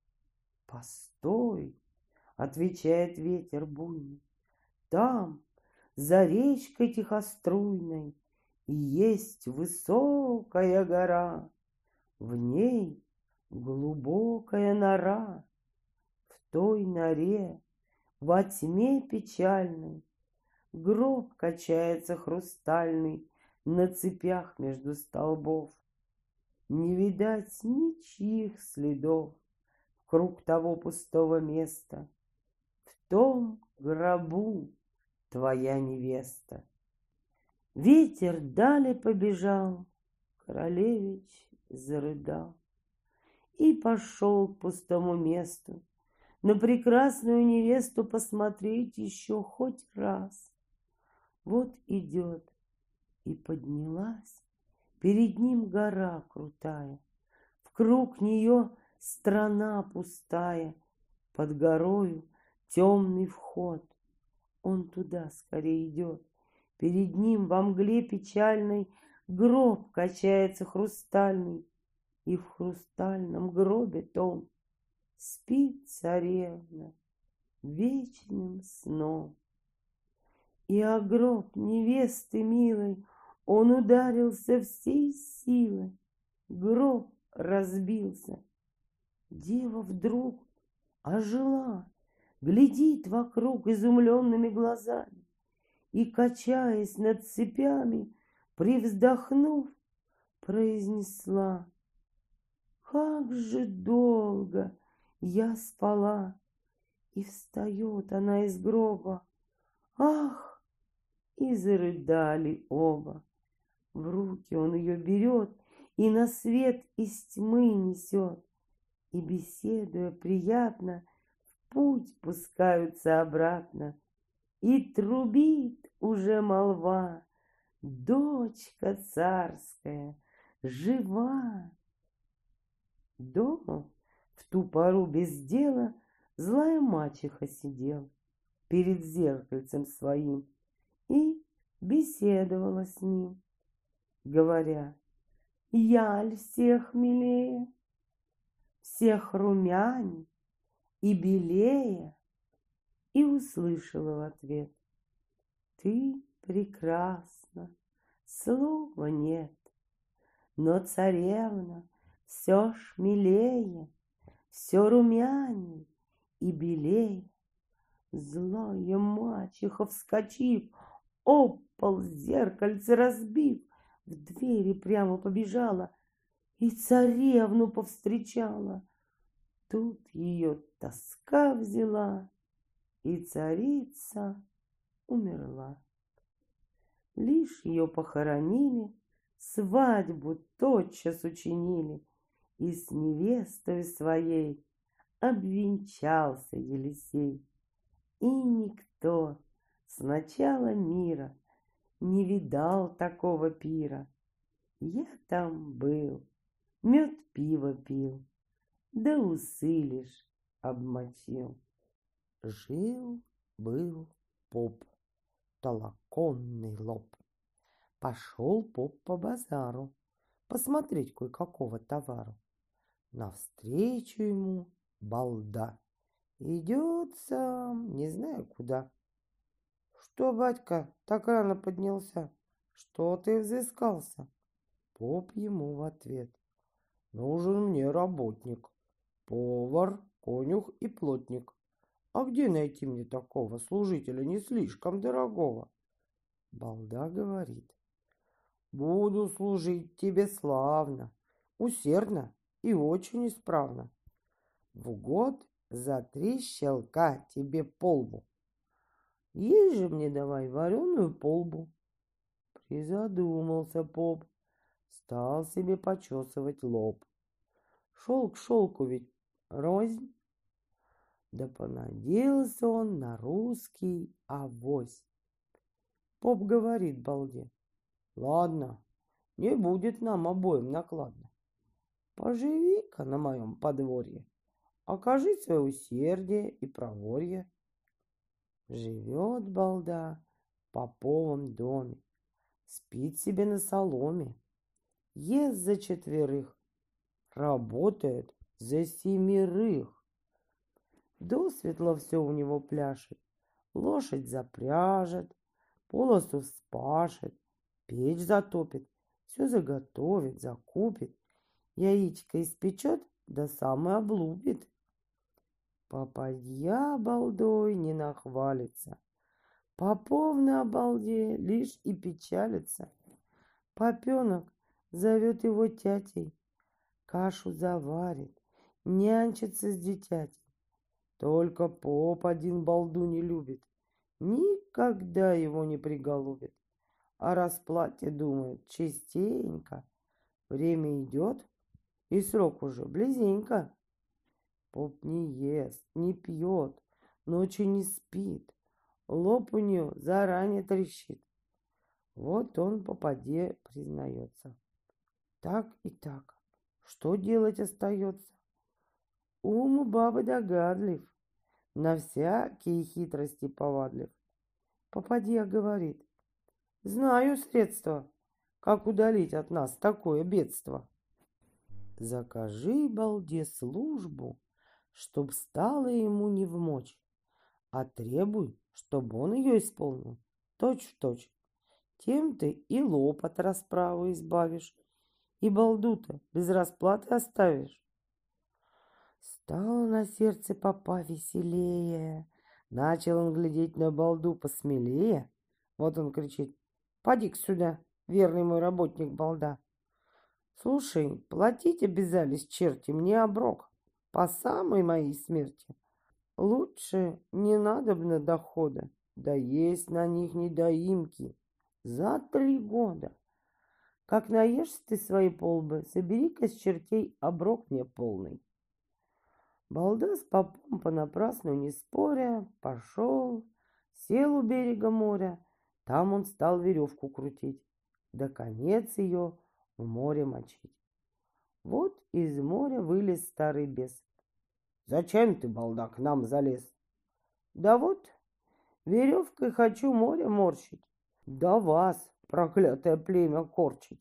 Постой, отвечает ветер буйный, там, за речкой тихоструйной, есть высокая гора, в ней глубокая нора. В той норе, во тьме печальной, гроб качается хрустальный на цепях между столбов. Не видать ничьих следов вкруг того пустого места. В том гробу твоя невеста. Ветер далее побежал, королевич зарыдал и пошел к пустому месту на прекрасную невесту посмотреть еще хоть раз. Вот идет, и поднялась перед ним гора крутая, вкруг нее страна пустая, под горою темный вход. Он туда скорее идет, перед ним во мгле печальной гроб качается хрустальный, и в хрустальном гробе том спит царевна вечным сном. И о гроб невесты милой он ударился всей силой, гроб разбился. Дева вдруг ожила, глядит вокруг изумленными глазами и, качаясь над цепями, привздохнув, произнесла: «Как же долго я спала!» И встает она из гроба. Ах! И зарыдали оба. В руки он ее берет и на свет из тьмы несет. И, беседуя приятно, в путь пускаются обратно. И трубит уже молва: дочка царская жива. Дома в ту пору без дела злая мачеха сидела перед зеркальцем своим и беседовала с ним, говоря: «Яль всех милее, всех румяней и белее». И услышала в ответ: «Ты прекрасна, слова нет, но царевна все ж милее, все румяней и белее». Злая мачеха, вскочив, об пол зеркальце разбив, в двери прямо побежала и царевну повстречала. Тут ее тоска взяла, и царица умерла. Лишь ее похоронили, свадьбу тотчас учинили, и с невестой своей обвенчался Елисей. И никто с начала мира не видал такого пира. Я там был, мед пиво пил, да усы лишь обмочил. Жил-был поп, толоконный лоб. Пошел поп по базару посмотреть кое-какого товару. Навстречу ему балда идет сам, не знаю куда. «Что, батька, так рано поднялся? Что ты взыскался? Поп ему в ответ: нужен мне работник, повар, конюх и плотник. А где найти мне такого служителя не слишком дорогого? Балда говорит: буду служить тебе славно, усердно и очень исправно. В год за 3 щелка тебе полбу. Ей же мне давай вареную полбу. Призадумался поп, стал себе почесывать лоб. Шел к шелку ведь рознь. Да понадеялся он на русский авось. Поп говорит балде: ладно, не будет нам обоим накладно. Поживи-ка на моем подворье, окажи свое усердие и проворье. Живет балда в поповом доме, спит себе на соломе, ест за 4, работает за 7. Досветло все у него пляшет, лошадь запряжет, полосу вспашет, печь затопит, все заготовит, закупит, яичко испечет, да сам и облупит. Попадья балдой не нахвалится, попов на обалде лишь и печалится. Попенок зовет его тятей, кашу заварит, нянчится с дитятей. Только поп один балду не любит, никогда его не приголубит. О расплате думает частенько. Время идет, и срок уже близенько. Поп не ест, не пьет, ночью не спит, лоб у нее заранее трещит. Вот он попадье признается: так и так, что делать остается? Ум у бабы догадлив, на всякие хитрости повадлив. Попадья говорит: знаю средства, как удалить от нас такое бедство. Закажи балде службу, чтоб стало ему невмочь, а требуй, чтобы он ее исполнил точь в точь. Тем ты и лоб от расправы избавишь, и балду-то без расплаты оставишь. Стало на сердце попа веселее. Начал он глядеть на балду посмелее. Вот он кричит: поди-ка сюда, верный мой работник балда. Слушай, платить обязались черти мне оброк по самой моей смерти. Лучше не надобно дохода, да есть на них недоимки. За 3 года. Как наешься ты свои полбы, собери-ка с чертей оброк мне полный. Балда с попом понапрасну не споря пошел, сел у берега моря. Там он стал веревку крутить, да конец ее в море мочить. Вот из моря вылез старый бес. Зачем ты, балда, к нам залез? Да вот, веревкой хочу море морщить, да вас, проклятое племя, корчить.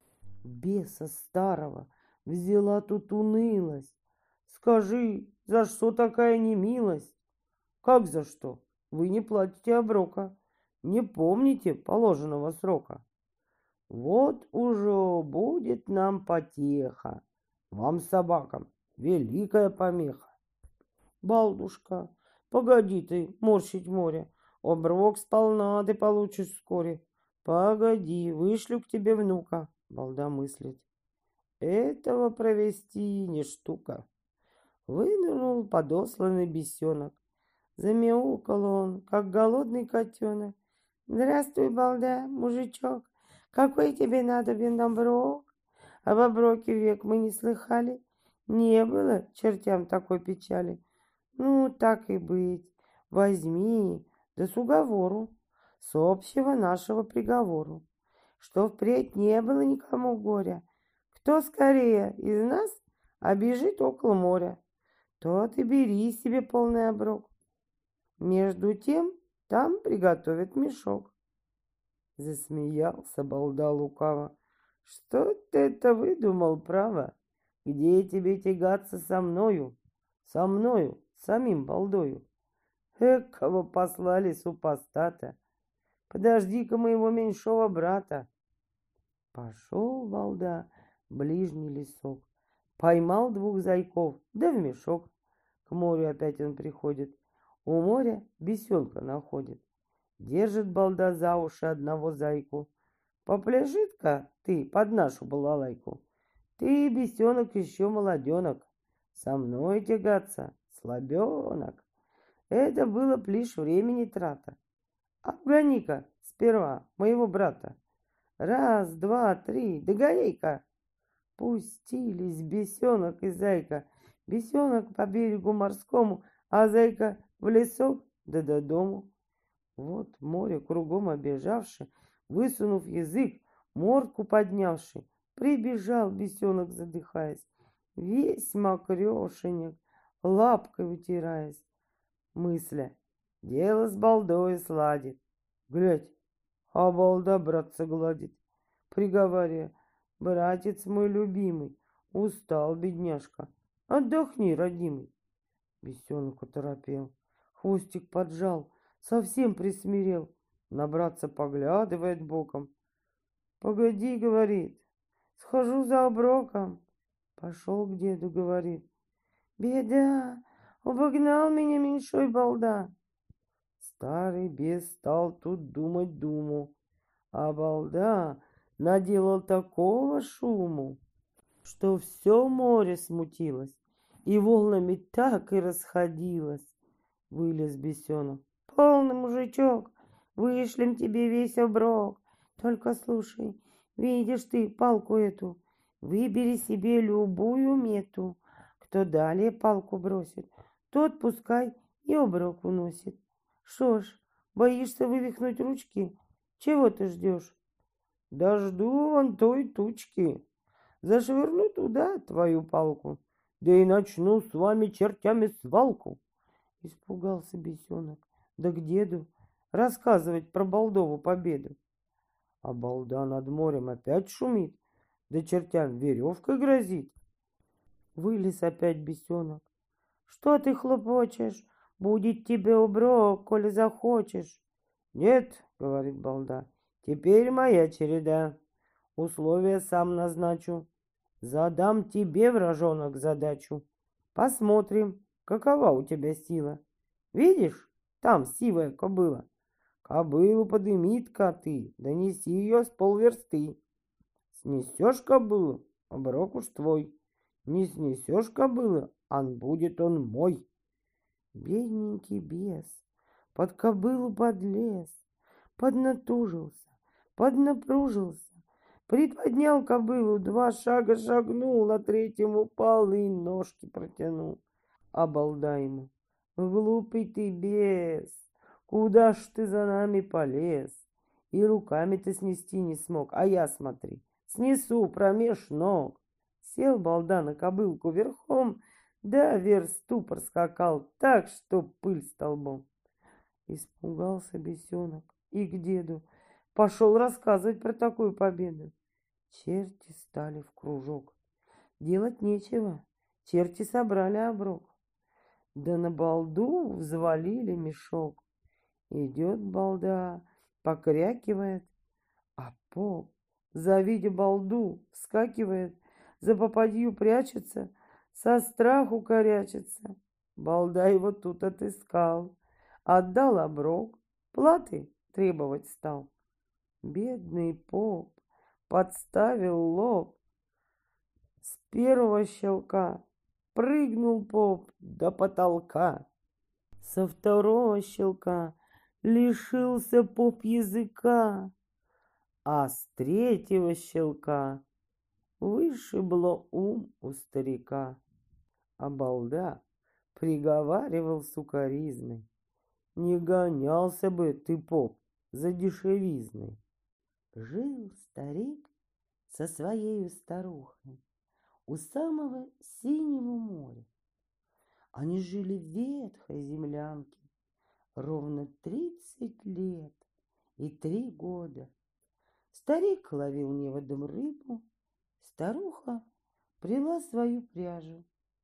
Беса старого взяла тут унылость. Скажи, за что такая немилость? Как за что? Вы не платите оброка, не помните положенного срока. Вот уже будет нам потеха, вам, собакам, великая помеха. Балдушка, погоди ты морщить море, оброк сполна ты получишь вскоре. Погоди, вышлю к тебе внука. Балда мыслит: этого провести не штука. Вынырнул подосланный бесенок. Замяукал он, как голодный котенок. Здравствуй, балда, мужичок, какой тебе надобен оброк? Об оброке век мы не слыхали, не было чертям такой печали. Ну, так и быть, возьми, да с уговору, с общего нашего приговору, что впредь не было никому горя. Кто скорее из нас обежит около моря, тот и бери себе полный оброк. Между тем там приготовят мешок. Засмеялся балда лукаво. Что ты это выдумал, право? Где тебе тягаться со мною? Со мною, самим балдою? Экого послали супостата. подожди-ка моего меньшого брата. Пошел балда в ближний лесок, поймал двух зайков, да в мешок. К морю опять он приходит, у моря бесенка находит. Держит балда за уши одного зайку. Попляши-ка ты под нашу балалайку. Ты, бесенок, еще молоденок, со мной тягаться слабенок. Это было б лишь времени трата. Обгони-ка сперва моего брата. Раз, два, три, догоняй-ка. Пустились бесенок и зайка. Бесенок по берегу морскому, а зайка в лесок да до дому. Вот море кругом обежавши, высунув язык, мордку поднявши, прибежал бесенок, задыхаясь, весь мокрешенек, лапкой вытираясь. Мысля, дело с балдой сладит. Глядь, а балда братца гладит, приговаривая: братец мой любимый, устал бедняжка, отдохни, родимый. Бесенок оторопел, хвостик поджал, совсем присмирел, на братца поглядывает боком. Погоди, говорит, схожу за оброком. Пошел к деду, говорит: беда, обогнал меня меньшой балда. Старый бес стал тут думать думу, а балда наделал такого шуму, что все море смутилось, и волнами так и расходилось. Вылез бесенок: полный мужичок, вышлем тебе весь оброк. Только слушай, видишь ты палку эту, выбери себе любую мету. Кто далее палку бросит, тот пускай и оброк уносит. Что ж, боишься вывихнуть ручки? Чего ты ждешь? Да жду вон той тучки. Зашвырну туда твою палку, да и начну с вами, чертями, свалку. Испугался бесенок, да к деду рассказывать про балдову победу. А балда над морем опять шумит, да чертям веревкой грозит. Вылез опять бесенок. Что ты хлопочешь? Будет тебе оброк, коли захочешь. Нет, говорит балда, теперь моя череда. Условия сам назначу. Задам тебе, вражонок, задачу. Посмотрим, какова у тебя сила. Видишь, там сивая кобыла. Кобылу подымит-ка ты, да неси ее с полверсты. Снесешь кобылу, оброк уж твой. Не снесешь кобылы, ан будет он мой. Бедненький бес под кобылу подлез, поднатужился, поднапружился, приподнял кобылу, 2 шага шагнул, на 3-м упал и ножки протянул. А балда ему: глупый ты бес, куда ж ты за нами полез? И руками ты снести не смог, а я, смотри, снесу промеж ног. Сел балда на кобылку верхом, да версту проскакал так, что пыль столбом. Испугался бесенок и к деду пошел рассказывать про такую победу. Черти стали в кружок. Делать нечего, черти собрали оброк. Да на балду взвалили мешок. Идет балда, покрякивает, а поп, завидя балду, вскакивает, за попадью прячется, со страху корячится. Балда его тут отыскал, отдал оброк, платы требовать стал. Бедный поп подставил лоб. С первого щелка прыгнул поп до потолка. Со второго щелка лишился поп языка, а с 3-го щелка вышибло ум у старика. А балда приговаривал сукаризной: не гонялся бы ты, поп, за дешевизной. Жил старик со своей старухой у самого синего моря. Они жили в ветхой землянке ровно 30 лет и 3 года. Старик ловил неводом рыбу, старуха прила свою пряжу.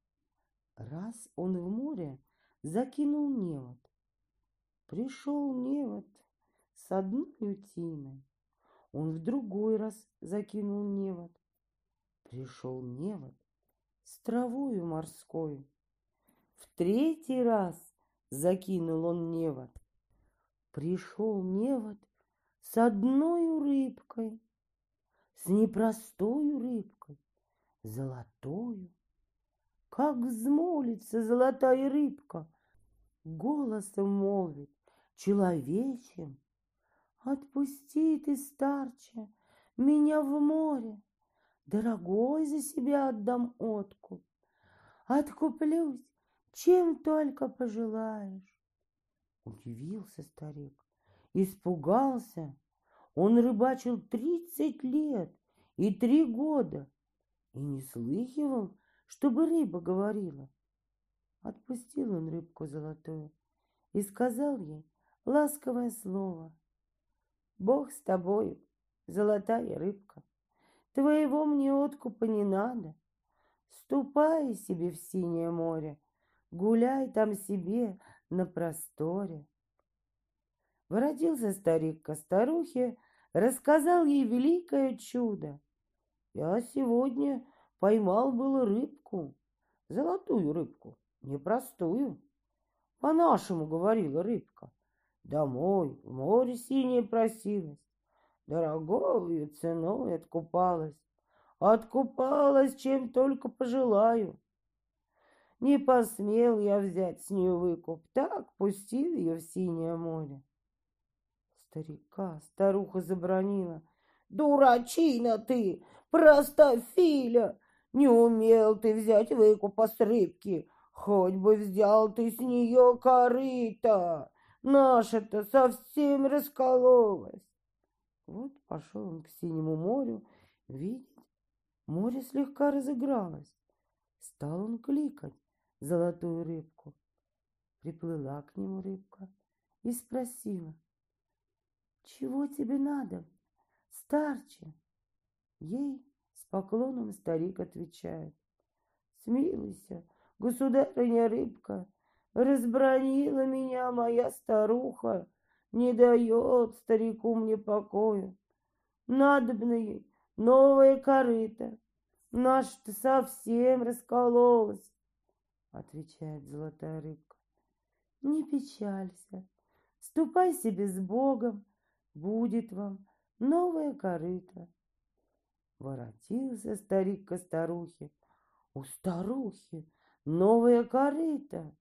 Раз он в море закинул невод. Пришел невод, с одной утиной. Он в другой раз закинул невод. Пришел невод с травою морской. В третий раз закинул он невод. Пришел невод с одной рыбкой, с непростою рыбкой, золотою. Как взмолится золотая рыбка, голосом молвит человечьим: отпусти ты, старче, меня в море, дорогой за себя отдам откуп. Откуплюсь, чем только пожелаешь. Удивился старик, испугался. Он рыбачил 30 лет и 3 года и не слыхивал, чтобы рыба говорила. Отпустил он рыбку золотую и сказал ей ласковое слово: Бог с тобою, золотая рыбка, твоего мне откупа не надо. Ступай себе в синее море, гуляй там себе на просторе. Воротился старик ко старухе, рассказал ей великое чудо. Я сегодня поймал было рыбку, золотую рыбку, непростую. По-нашему говорила рыбка. Домой в море синее просилась, дорогою ценой откупалась. Откупалась, чем только пожелаю. Не посмел я взять с нее выкуп, так пустил ее в синее море. Старика старуха забранила: дурачина ты, простофиля! Не умел ты взять выкупа с рыбки, хоть бы взял ты с нее корыто. Наша-то совсем раскололась. Вот пошел он к синему морю, видит, море слегка разыгралось. Стал он кликать золотую рыбку. Приплыла к нему рыбка и спросила: чего тебе надо, старче? Ей с поклоном старик отвечает: смилуйся, государыня рыбка, разбранила меня моя старуха, не дает старику мне покоя. Надобно ей новое корыто, наша-то совсем раскололась, отвечает золотая рыбка. Не печалься, ступай себе с Богом, будет вам новое корыто. Воротился старик ко старухе. У старухи новое корыто.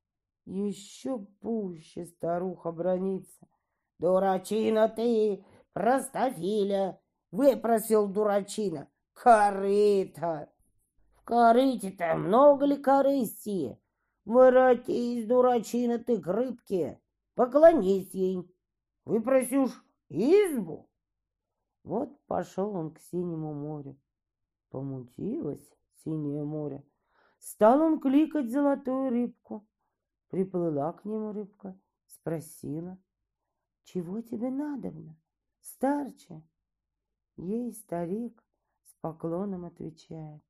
Еще пуще старуха бранится: дурачина ты, простофиля, выпросил дурачина корыто. В корыте-то много ли корысти? Воротись, дурачина ты, к рыбке, поклонись ей, выпроси уж избу. Вот пошел он к синему морю. Помутилось синее море. Стал он кликать золотую рыбку. Приплыла к нему рыбка, спросила: чего тебе надобно, старче? Ей старик с поклоном отвечает: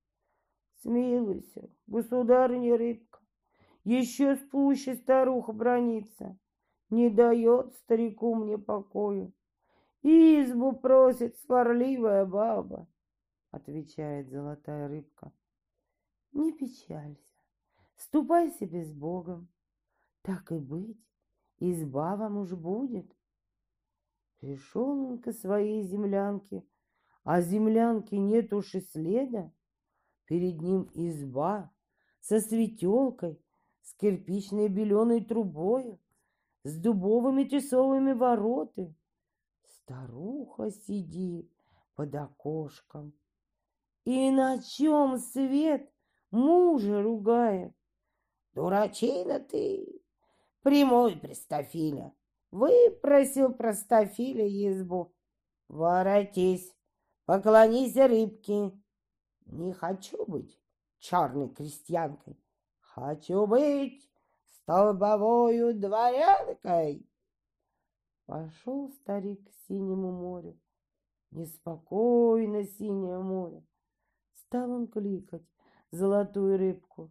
смилуйся, государыня рыбка, еще пуще старуха бранится, не дает старику мне покою. Избу просит сварливая баба, отвечает золотая рыбка. Не печалься, ступай себе с Богом, так и быть, изба вам уж будет. Пришел он к своей землянке, а землянки нет уж и следа. Перед ним изба со светелкой, с кирпичной беленой трубою, с дубовыми тесовыми вороты. Старуха сидит под окошком и на чем свет мужа ругает. Дурачина ты, прямой простофиля, выпросил простофиля избу. Воротись, поклонись рыбке. Не хочу быть черной крестьянкой, хочу быть столбовою дворянкой. Пошел старик к синему морю, неспокойно синее море. Стал он кликать золотую рыбку.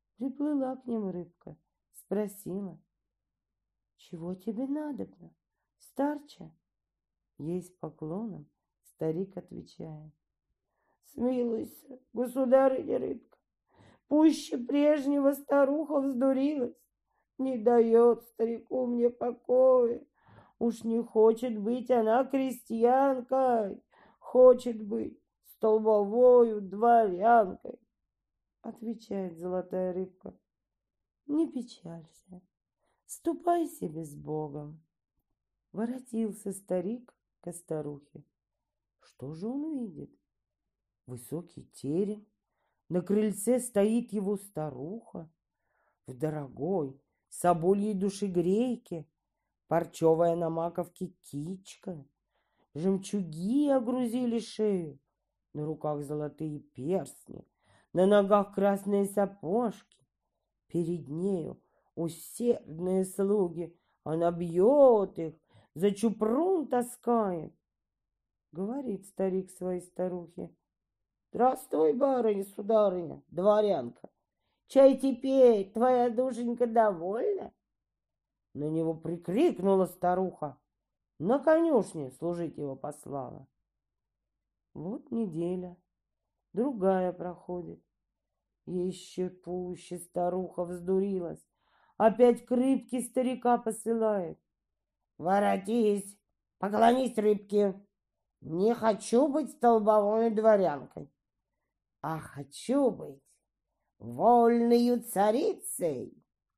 Приплыла к нему рыбка, спросила: чего тебе надобно, Старче, ей с поклоном старик отвечает. Смилуйся, государыня рыбка, пуще прежнего старуха вздурилась, не дает старику мне покоя. Уж не хочет быть она крестьянкой, хочет быть столбовою дворянкой. Отвечает золотая рыбка. Не печалься, ступай себе с Богом. Воротился старик ко старухе. Что же он видит? Высокий терем, на крыльце стоит его старуха, в дорогой собольей душегрейке, парчевая на маковке кичка, жемчуги огрузили шею, на руках золотые перстни, на ногах красные сапожки. Перед нею усердные слуги, она бьет их, за чупрун таскает. Говорит старик своей старухе. Здравствуй, барыня, сударыня, дворянка. Чай теперь твоя душенька довольна? На него прикрикнула старуха. На конюшне служить его послала. Вот неделя, другая проходит. Еще пуще старуха вздурилась. Опять к рыбке старика посылает. Воротись, поклонись рыбке. Не хочу быть столбовой дворянкой, а хочу быть вольною царицей.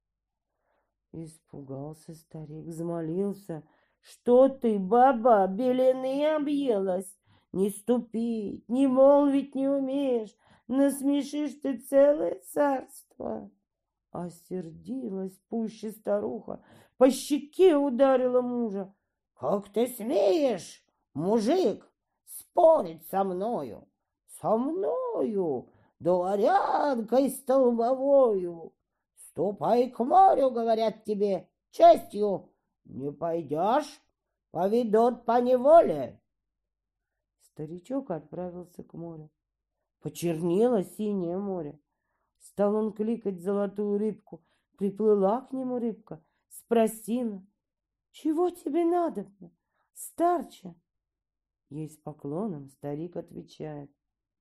Испугался старик, взмолился. Что ты, баба, белены объелась? Не ступить, не молвить не умеешь, насмешишь ты целое царство. Осердилась пуще старуха, по щеке ударила мужа. Как ты смеешь, мужик, спорить со мною? Со мною, дворянкой столбовою. Ступай к морю, говорят тебе, честью. Не пойдешь, поведут по неволе. Старичок отправился к морю. Почернело синее море. Стал он кликать золотую рыбку. Приплыла к нему рыбка, спросила. Чего тебе надобно, старче? Ей с поклоном старик отвечает.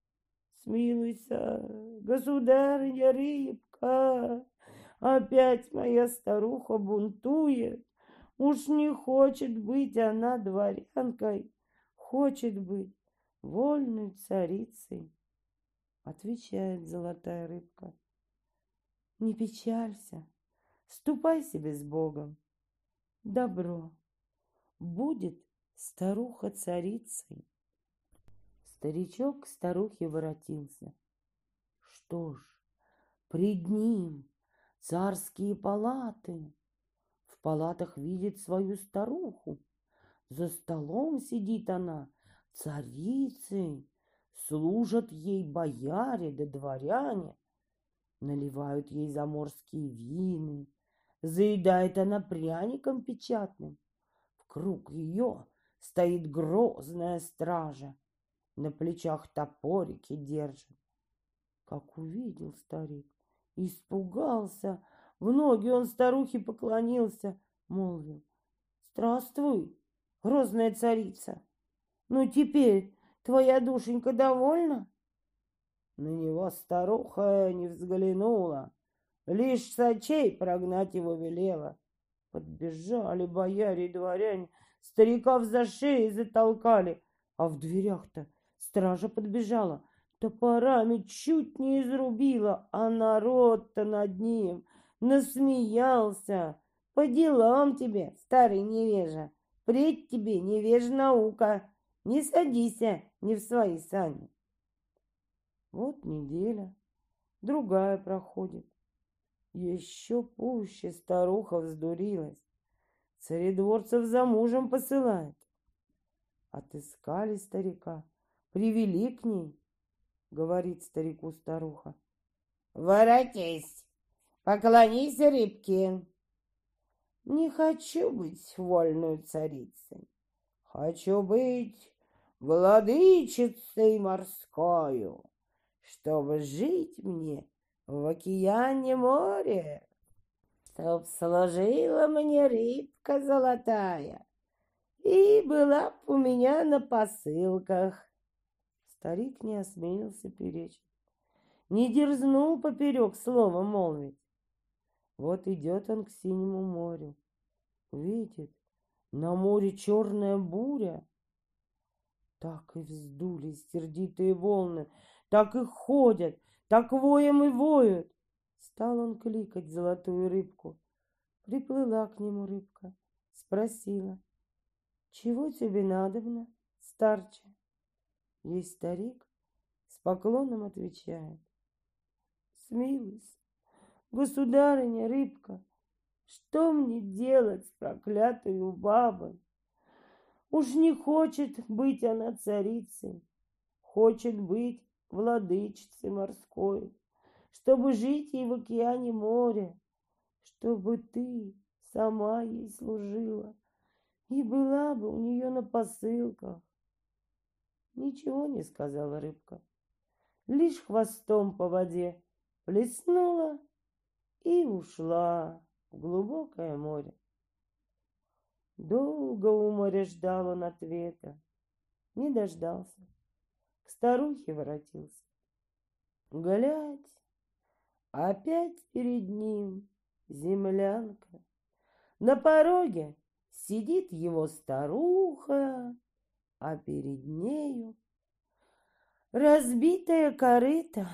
Смилуйся, государыня рыбка, опять моя старуха бунтует. Уж не хочет быть она дворянкой, хочет быть вольной царицей. Отвечает золотая рыбка. Не печалься, ступай себе с Богом. Добро, будет старуха царицей. Старичок к старухе воротился. Что ж, пред ним царские палаты. В палатах видит свою старуху. За столом сидит она, царицей. Служат ей бояре да дворяне. Наливают ей заморские вины. Заедает она пряником печатным. Вкруг ее стоит грозная стража. На плечах топорики держит. Как увидел старик, испугался. В ноги он старухе поклонился, молвил. Здравствуй, грозная царица. Ну теперь твоя душенька довольна? На него старуха не взглянула, лишь с очей прогнать его велела. Подбежали бояре и дворяне, старика за шею затолкали, а в дверях-то стража подбежала, топорами чуть не изрубила, а народ-то над ним насмеялся. По делам тебе, старый невежа, впредь тебе невежа наука, не садися не в свои сани. Вот неделя, другая проходит. Еще пуще старуха вздурилась. Царедворцев за мужем посылает. Отыскали старика, привели к ней. Говорит старику старуха. Воротись, поклонись рыбке. Не хочу быть вольной царицей. Хочу быть владычицей морскою, чтобы жить мне в океане море, чтоб служила мне рыбка золотая, и была б у меня на посылках. Старик не осмелился перечить, не дерзнул поперек слова молвить. Вот идет он к синему морю, видит, на море черная буря. Так и вздулись сердитые волны, так и ходят, так воем и воют. Стал он кликать золотую рыбку. Приплыла к нему рыбка, спросила: «Чего тебе надобно, старче?» Ей старик с поклоном отвечает: «Смилуйся, государыня рыбка, что мне делать с проклятою бабой? Уж не хочет быть она царицей, хочет быть владычицей морской, чтобы жить ей в океане моря, чтобы ты сама ей служила и была бы у нее на посылках». Ничего не сказала рыбка, лишь хвостом по воде плеснула и ушла в глубокое море. Долго у моря ждал он ответа, не дождался, к старухе воротился. Глядь, опять перед ним землянка. На пороге сидит его старуха, а перед нею разбитая корыта.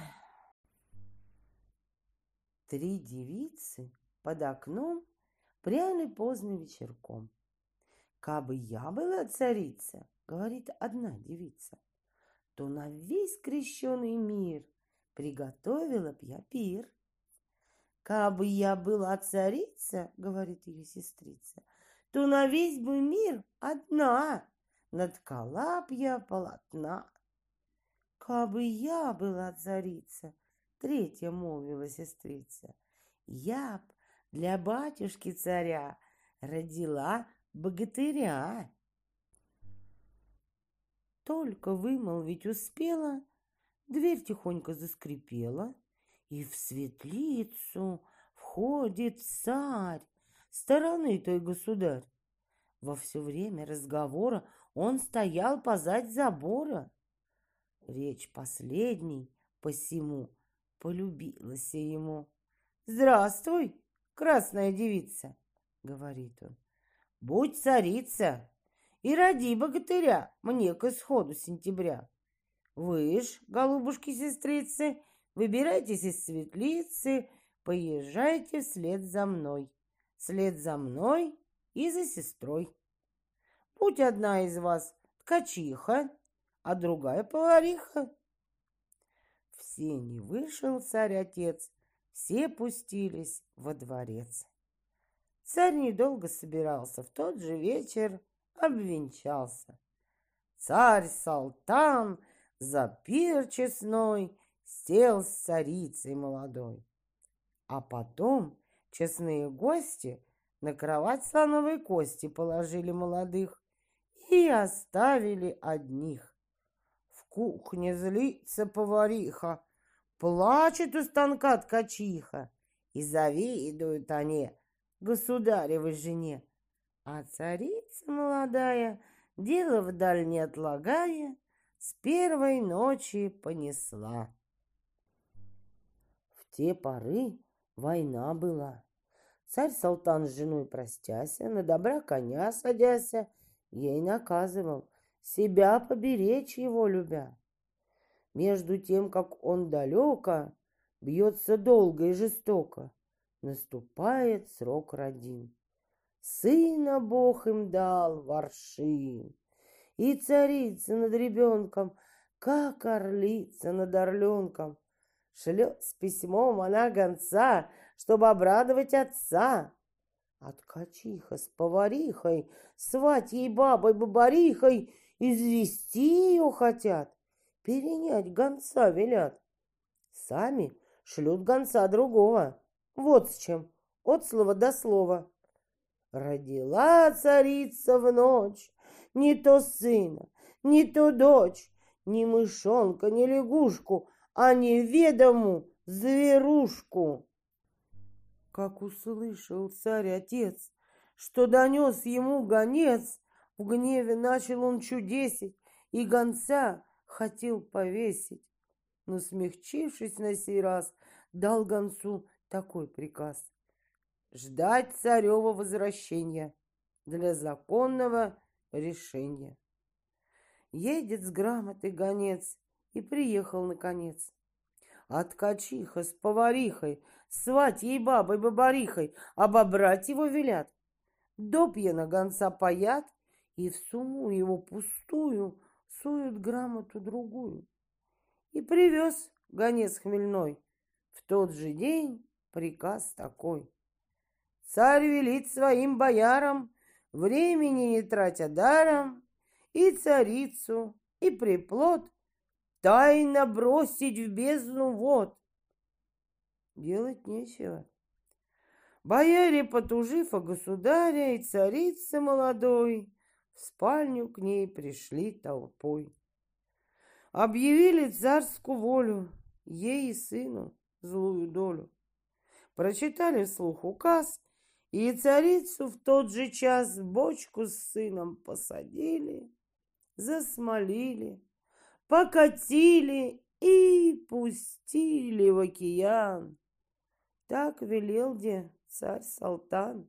Три девицы под окном пряли поздно вечерком. «Кабы я была царица, — говорит одна девица, — то на весь крещеный мир приготовила б я пир. Кабы я была царица, — говорит ее сестрица, — то на весь бы мир одна наткала б я полотна. Кабы я была царица, — третья молвила сестрица, — я б для батюшки царя родила богатыря. Только вымолвить успела, дверь тихонько заскрипела, и в светлицу входит царь, стороны той государь. Во все время разговора он стоял позадь забора. Речь последней посему полюбилась ему. «Здравствуй, красная девица, — говорит он, — будь царица и роди богатыря мне к исходу сентября. Вы ж, голубушки-сестрицы, выбирайтесь из светлицы, поезжайте вслед за мной и за сестрой. Будь одна из вас ткачиха, а другая повариха». В сени вышел царь-отец, все пустились во дворец. Царь недолго собирался, в тот же вечер обвенчался. Царь-салтан за пир честной сел с царицей молодой. А потом честные гости на кровать слоновой кости положили молодых и оставили одних. В кухне злится повариха, плачет у станка ткачиха, и завидуют они государевой жене. А царица молодая, дело вдаль не отлагая, с первой ночи понесла. В те поры война была. Царь-салтан с женой простяся, на добра коня садяся, ей наказывал себя поберечь его любя. Между тем, как он далеко бьется долго и жестоко, наступает срок родин. Сына Бог им дал Варшин, и царица над ребенком, как орлица над орленком, шлет с письмом она гонца, чтобы обрадовать отца. А ткачиха с поварихой, сватьей бабой-бабарихой, извести ее хотят, перенять гонца велят. Сами шлют гонца другого. Вот с чем, от слова до слова. Родила царица в ночь не то сына, не то дочь, ни мышонка, ни лягушку, а неведому зверушку. Как услышал царь-отец, что донес ему гонец, в В гневе начал он чудесить и гонца хотел повесить. Но, смягчившись на сей раз, дал гонцу такой приказ: ждать царева возвращения для законного решения. Едет с грамотой гонец и приехал наконец. А ткачиха с поварихой, сватьей бабой-бабарихой обобрать его велят. Допья на гонца паят и в сумму его пустую суют грамоту другую. И привез гонец хмельной в тот же день приказ такой: царь велит своим боярам, времени не тратя даром, и царицу, и приплод тайно бросить в бездну вод. Делать нечего. Бояре, потужив о государя, и царица молодой в спальню к ней пришли толпой. Объявили царскую волю, ей и сыну злую долю. Прочитали вслух указ, и царицу в тот же час в бочку с сыном посадили, засмолили, покатили и пустили в океан. Так велел де царь-салтан.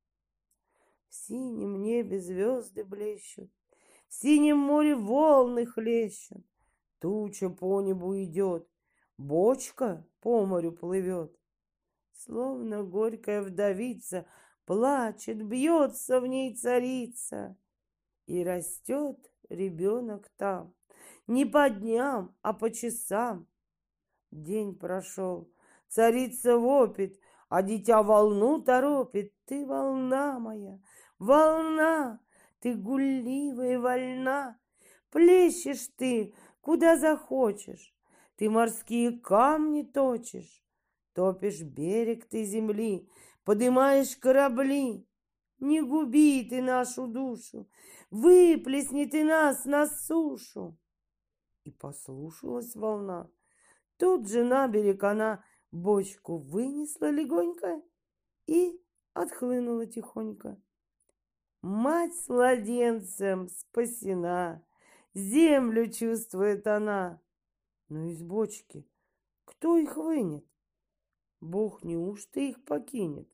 В синем небе звезды блещут, в синем море волны хлещут, туча по небу идет, бочка по морю плывет. Словно горькая вдовица плачет, бьется в ней царица. И растет ребенок там, не по дням, а по часам. День прошел, царица вопит, а дитя волну торопит. Ты волна моя, волна, ты гуллива и вольна. Плещешь ты, куда захочешь, ты морские камни точишь. Топишь берег ты земли, подымаешь корабли. Не губи ты нашу душу, выплесни ты нас на сушу. И послушалась волна. Тут же на берег она бочку вынесла легонько и отхлынула тихонько. Мать с младенцем спасена, землю чувствует она. Но из бочки кто их вынет? Бог неужто их покинет?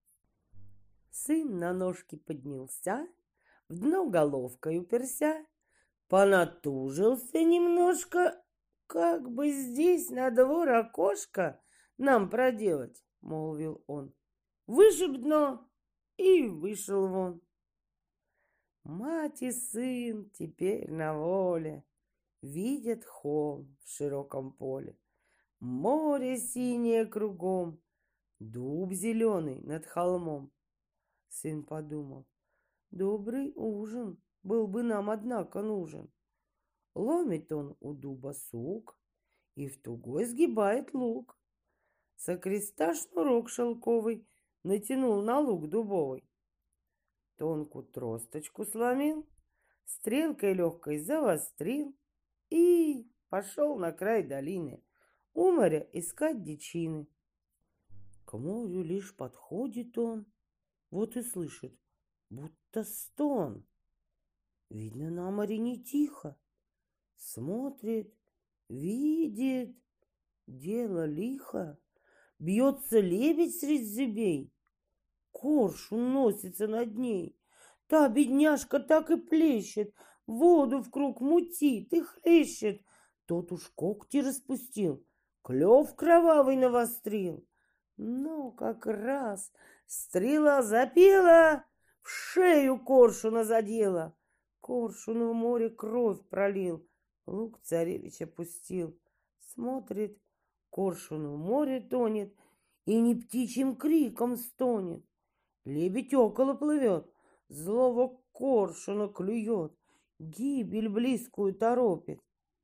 Сын на ножки поднялся, в дно головкой уперся, понатужился немножко, как бы здесь на двор окошко нам проделать, молвил он. Вышиб дно и вышел вон. Мать и сын теперь на воле, видят холм в широком поле, море синее кругом, дуб зеленый над холмом. Сын подумал: добрый ужин был бы нам, однако, нужен. Ломит он у дуба сук и в тугой сгибает лук. Со креста шнурок шелковый натянул на лук дубовый. Тонкую тросточку сломил, стрелкой легкой завострил и пошел на край долины у моря искать дичины. К морю лишь подходит он, вот и слышит, будто стон. Видно, на море не тихо. Смотрит, видит, дело лихо. Бьется лебедь средь зыбей, коршун носится над ней. Та бедняжка так и плещет, воду в круг мутит и хлещет. Тот уж когти распустил, клев кровавый навострил. Но как раз стрела запела, в шею коршуна задела. Коршун в море кровь пролил, лук царевич опустил. Смотрит, коршун в море тонет и не птичьим криком стонет. Лебедь около плывет, злого коршуна клюет, гибель близкую торопит.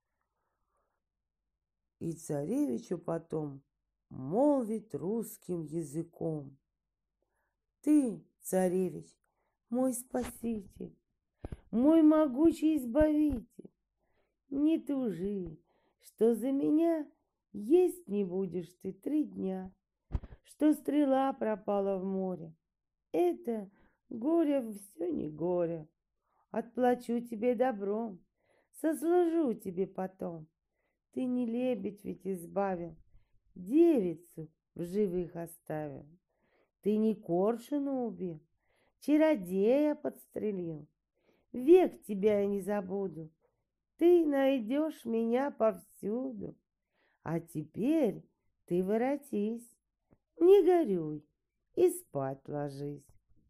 И царевичу потом молвит русским языком: ты, царевич, мой спаситель, мой могучий избавитель, не тужи, что за меня есть не будешь ты 3 дня, что стрела пропала в море. Это горе все не горе, отплачу тебе добром, сослужу тебе потом. Ты не лебедь ведь избавил, девицу в живых оставил. Ты не коршуна убил, чародея подстрелил. Век тебя я не забуду, ты найдешь меня повсюду. А теперь ты воротись, не горюй и спать ложись.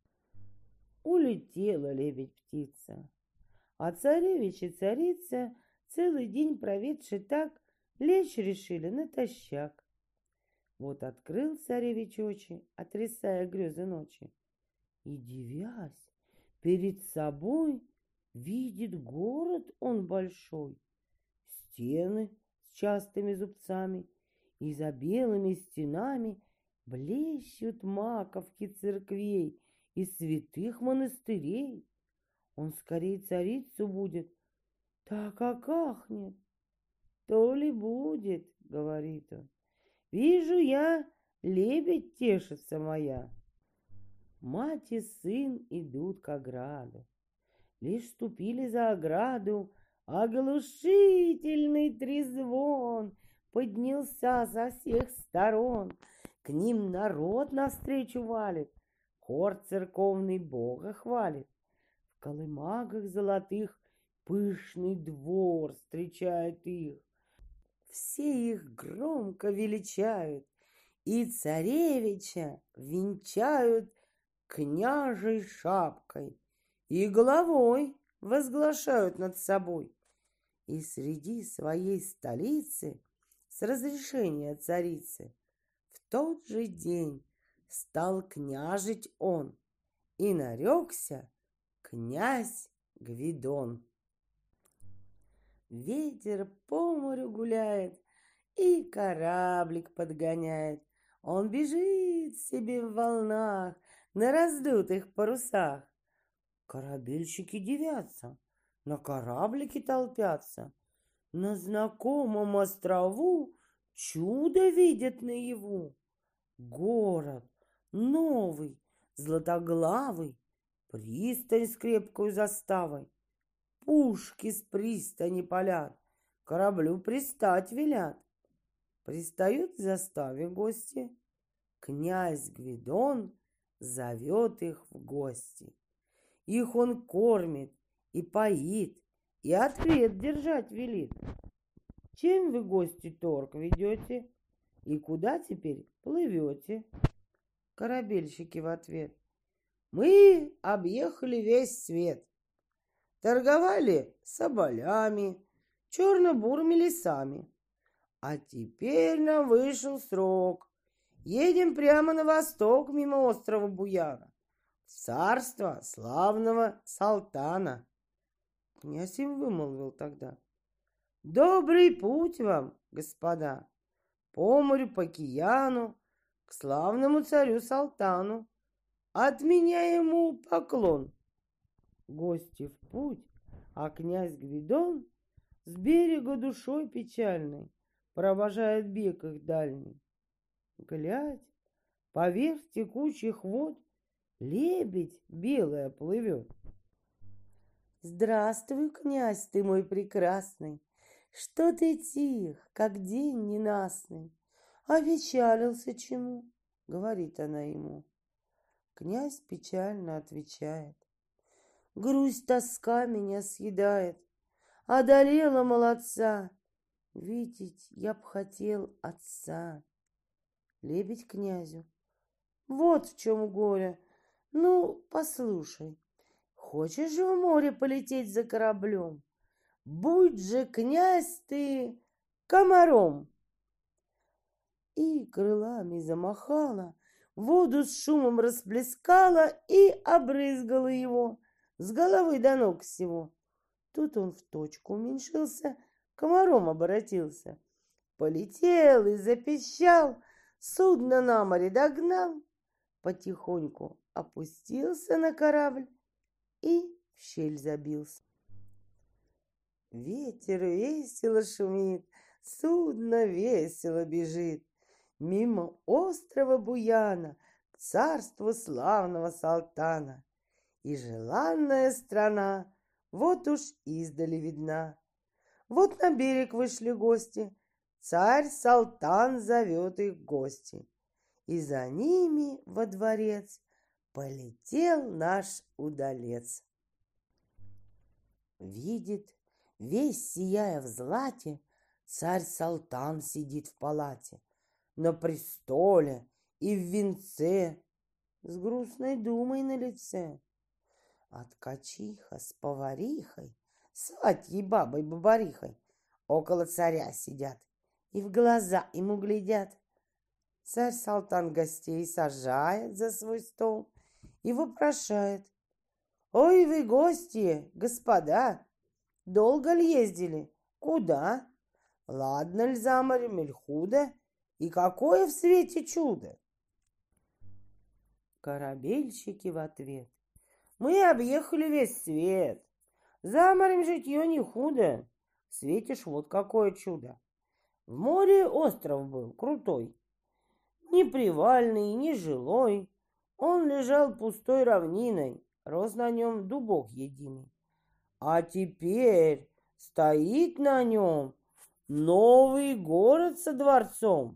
Улетела лебедь-птица, а царевич и царица, целый день проведши так, лечь решили натощак. Вот открыл царевич очи, отрисая грезы ночи, и, дивясь, перед собой видит город он большой, стены с частыми зубцами, и за белыми стенами блещут маковки церквей и святых монастырей. Он скорей царицу будет, так как ахнет. То ли будет, говорит он, вижу я, лебедь тешится моя. Мать и сын идут к ограду. Лишь ступили за ограду, оглушительный трезвон поднялся со всех сторон. К ним народ навстречу валит, хор церковный Бога хвалит. В колымагах золотых пышный двор встречает их. Все их громко величают и царевича венчают княжей шапкой и головой возглашают над собой. И среди своей столицы с разрешения царицы в тот же день стал княжить он и нарекся князь Гвидон. Ветер по морю гуляет и кораблик подгоняет. Он бежит себе в волнах на раздутых парусах. Корабельщики дивятся, на кораблике толпятся. На знакомом острову чудо видят наяву. Город новый, златоглавый, пристань с крепкой заставой. Пушки с пристани палят, кораблю пристать велят. Пристают к заставе гости, князь Гвидон зовет их в гости. Их он кормит и поит, и ответ держать велит. Чем вы, гости, торг ведете, и куда теперь плывете? Корабельщики в ответ: мы объехали весь свет. Торговали соболями, черно-бурыми лесами. А теперь нам вышел срок. Едем прямо на восток, мимо острова Буяна, в царство славного Салтана. Князь им вымолвил тогда: добрый путь вам, господа, по морю, по океану, к славному царю Салтану. От меня ему поклон. Гости в путь, а князь Гвидон с берега душой печальной провожает бег их дальний. Глядь, поверх текучих вод лебедь белая плывет. Здравствуй, князь ты мой прекрасный, что ты тих, как день ненастный, овечалился чему? Говорит она ему. Князь печально отвечает: грусть, тоска меня съедает, одолела молодца, видеть я б хотел отца. Лебедь князю: вот в чем горе. Ну, послушай, хочешь же в море полететь за кораблем? Будь же, князь, ты комаром. И крылами замахала, воду с шумом расплескала и обрызгала его с головы до ног всего. Тут он в точку уменьшился, комаром оборотился. Полетел и запищал, судно на море догнал, потихоньку опустился на корабль и в щель забился. Ветер весело шумит, судно весело бежит мимо острова Буяна к царству славного Салтана. И желанная страна вот уж издали видна. Вот на берег вышли гости, царь-салтан зовет их в гости, и за ними во дворец полетел наш удалец. Видит, весь сияя в злате, царь-салтан сидит в палате, на престоле и в венце, с грустной думой на лице. А ткачиха с поварихой, сватьей бабой-бабарихой, около царя сидят и в глаза ему глядят. Царь-салтан гостей сажает за свой стол и вопрошает: «Ой, вы гости, господа, долго ли ездили? Куда? Ладно ли за морем, иль худо? И какое в свете чудо?» Корабельщики в ответ: «Мы объехали весь свет. За морем житье не худо. Светишь, вот какое чудо. В море остров был крутой, ни привальный, ни жилой. Он лежал пустой равниной, рос на нем дубок единый. А теперь стоит на нем новый город со дворцом,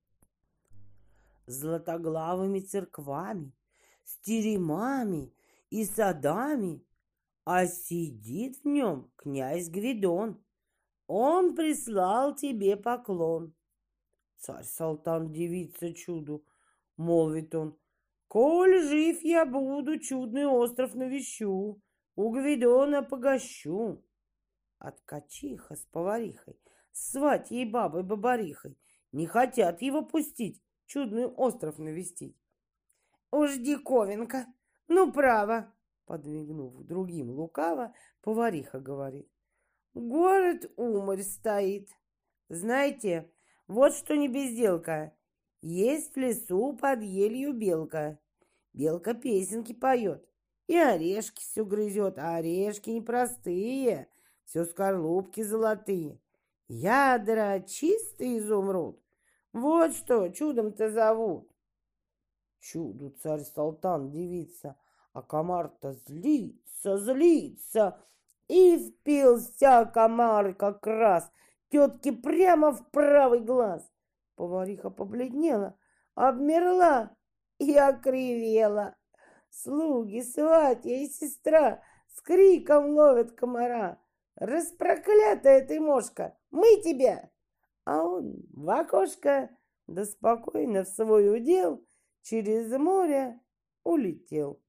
с златоглавыми церквами, с теремами и садами, а сидит в нем князь Гвидон. Он прислал тебе поклон». Царь-салтан дивится чуду, молвит он: «Коль жив я буду, чудный остров навещу, у Гвидона погощу». А ткачиха с поварихой, с сватьей бабой-бабарихой не хотят его пустить, чудный остров навестить. «Уж диковинка, ну право», подвигнув другим лукаво, повариха говорит: «Город уморь стоит. Знаете, вот что не безделка. Есть в лесу под елью белка. Белка песенки поет и орешки все грызет, а орешки непростые, все скорлупки золотые. Ядра чистый изумруд. Вот что чудом-то зовут». Чуду царь-салтан дивится, а комар-то злится, и впился комар как раз тетке прямо в правый глаз. Повариха побледнела, обмерла и окривела. Слуги, сватья и сестра с криком ловят комара: «Распроклятая ты мошка, мы тебя!» А он в окошко, да спокойно в свой удел через море улетел.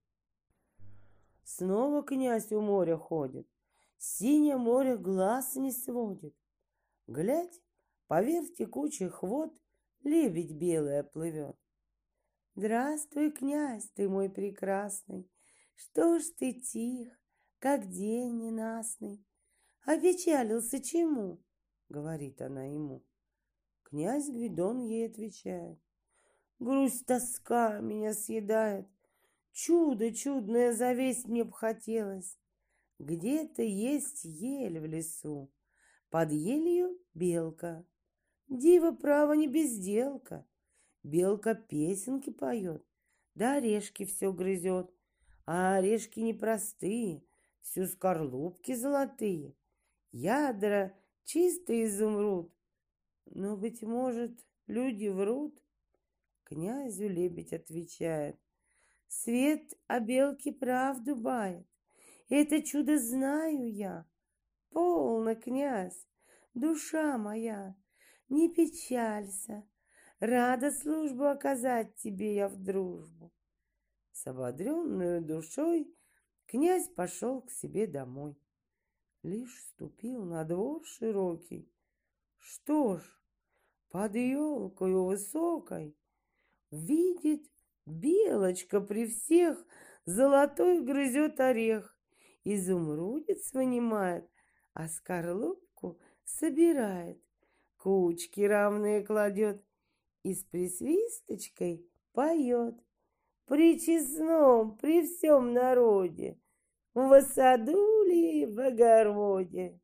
Снова князь у моря ходит, синее море глаз не сводит. Глядь, поверх текучих вод лебедь белая плывет. «Здравствуй, князь ты мой прекрасный, что ж ты тих, как день ненастный? Опечалился чему?» — говорит она ему. Князь Гвидон ей отвечает: «Грусть, тоска меня съедает, чудо чудное завесть мне б хотелось. Где-то есть ель в лесу, под елью белка. Диво, право, не безделка. Белка песенки поет, да орешки все грызет, а орешки непростые, всю скорлупки золотые. Ядра чистый изумруд. Но, быть может, люди врут?» Князю лебедь отвечает: «Свет о белке правду бает. Это чудо знаю я. Полно, князь, душа моя, не печалься. Рада службу оказать тебе я в дружбу». С ободренную душой князь пошел к себе домой. Лишь ступил на двор широкий. Что ж, под елкою высокой видит, белочка при всех золотой грызет орех, изумрудец вынимает, а скорлупку собирает, кучки равные кладет и с присвисточкой поет: «При честном, при всем народе, в саду ли, в огороде».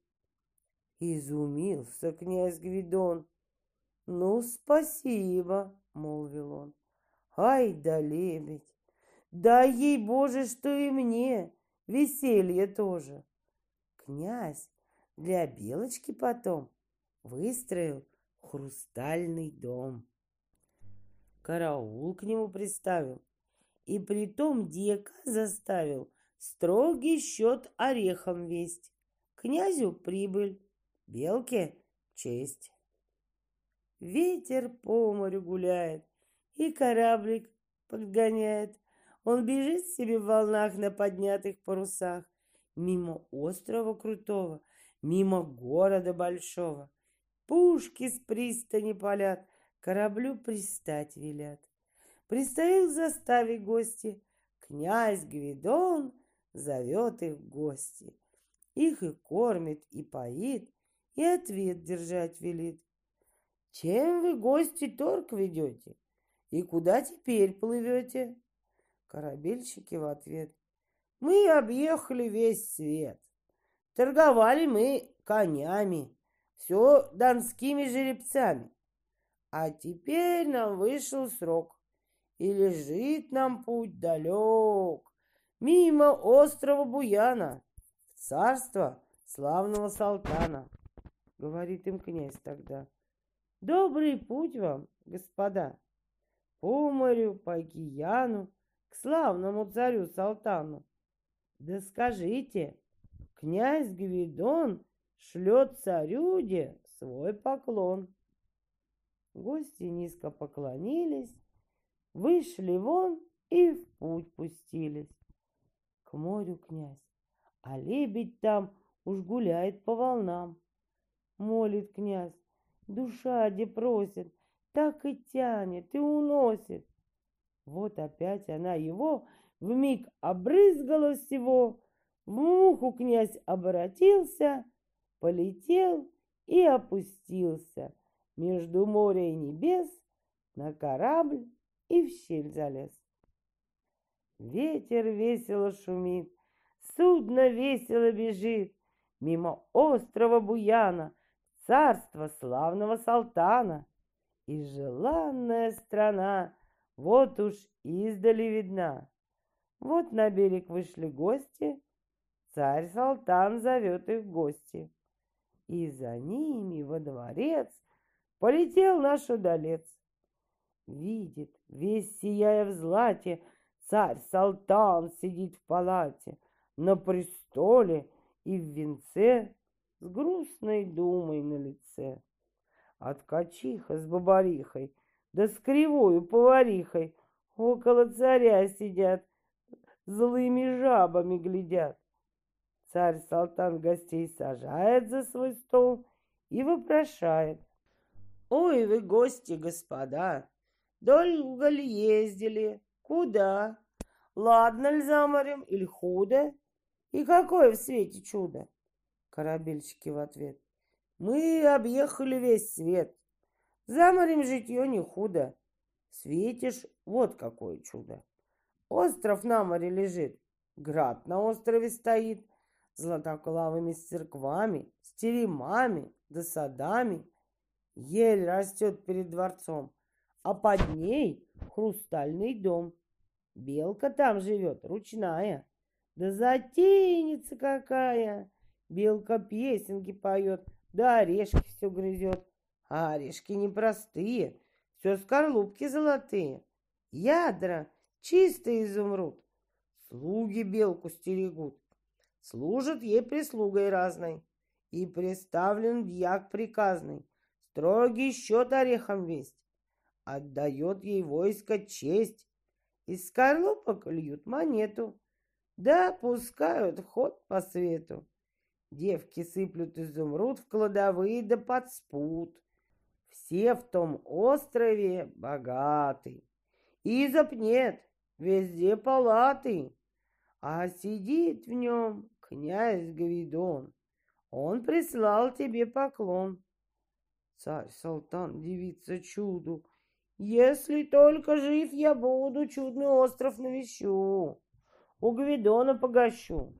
Изумился князь Гвидон. «Ну, спасибо», — молвил он. «Ай да лебедь! Дай ей, Боже, что и мне, веселье тоже. князь для Белочки потом выстроил хрустальный дом. Караул к нему приставил, и притом дьяка заставил строгий счет орехом весть. Князю прибыль, белке честь. Ветер по морю гуляет, и кораблик подгоняет. Он бежит себе в волнах на поднятых парусах, мимо острова крутого, мимо города большого. Пушки с пристани палят, кораблю пристать велят. Пристают к заставе гости, князь Гвидон зовет их в гости. Их и кормит, и поит, и ответ держать велит. Чем вы, гости, торг ведете? И куда теперь плывете? Корабельщики в ответ: мы объехали весь свет. Торговали мы конями, все донскими жеребцами. А теперь нам вышел срок, и лежит нам путь далек, мимо острова Буяна, в царство славного Салтана. Говорит им князь тогда: добрый путь вам, господа, по морю, по океану, к славному царю Салтану. Да скажите, князь Гвидон шлет царюде свой поклон. Гости низко поклонились, вышли вон и в путь пустились. К морю князь, а лебедь там уж гуляет по волнам. Молит князь, душа де просит, так и тянет, и уносит. Вот опять она его вмиг обрызгала всего. В муху князь обратился, полетел и опустился между моря и небес на корабль и в щель залез. Ветер весело шумит, судно весело бежит мимо острова Буяна, царство славного Салтана. И желанная страна вот уж издали видна. Вот на берег вышли гости, царь Салтан зовет их в гости. И за ними во дворец полетел наш удалец. Видит, весь сияя в злате, царь Салтан сидит в палате, на престоле и в венце, с грустной думой на лице. А ткачиха с бабарихой, да с кривою поварихой около царя сидят, злыми жабами глядят. Царь Салтан гостей сажает за свой стол и вопрошает: ой, вы гости, господа, долго ли ездили? Куда? Ладно ли за морем или худо? И какое в свете чудо? Корабельщики в ответ: мы объехали весь свет. За морем житье не худо. Светишь, вот какое чудо. Остров на море лежит, град на острове стоит, златоклавыми с церквами, с теремами да садами. Ель растет перед дворцом, а под ней хрустальный дом. Белка там живет, ручная, да затейница какая. Белка песенки поет, да орешки все грызет. А орешки непростые, все скорлупки золотые. Ядра чистый изумруд. Слуги белку стерегут, служат ей прислугой разной. И приставлен дьяк приказный, строгий счет орехом весть. Отдает ей войско честь, из скорлупок льют монету, да пускают в ход по свету. Девки сыплют изумруд в кладовые да под спут. Все в том острове богаты. Изоб нет, везде палаты. А сидит в нем князь Гвидон. Он прислал тебе поклон. Царь Салтан дивится чуду. Если только жив я буду, чудный остров навещу, у Гвидона погощу.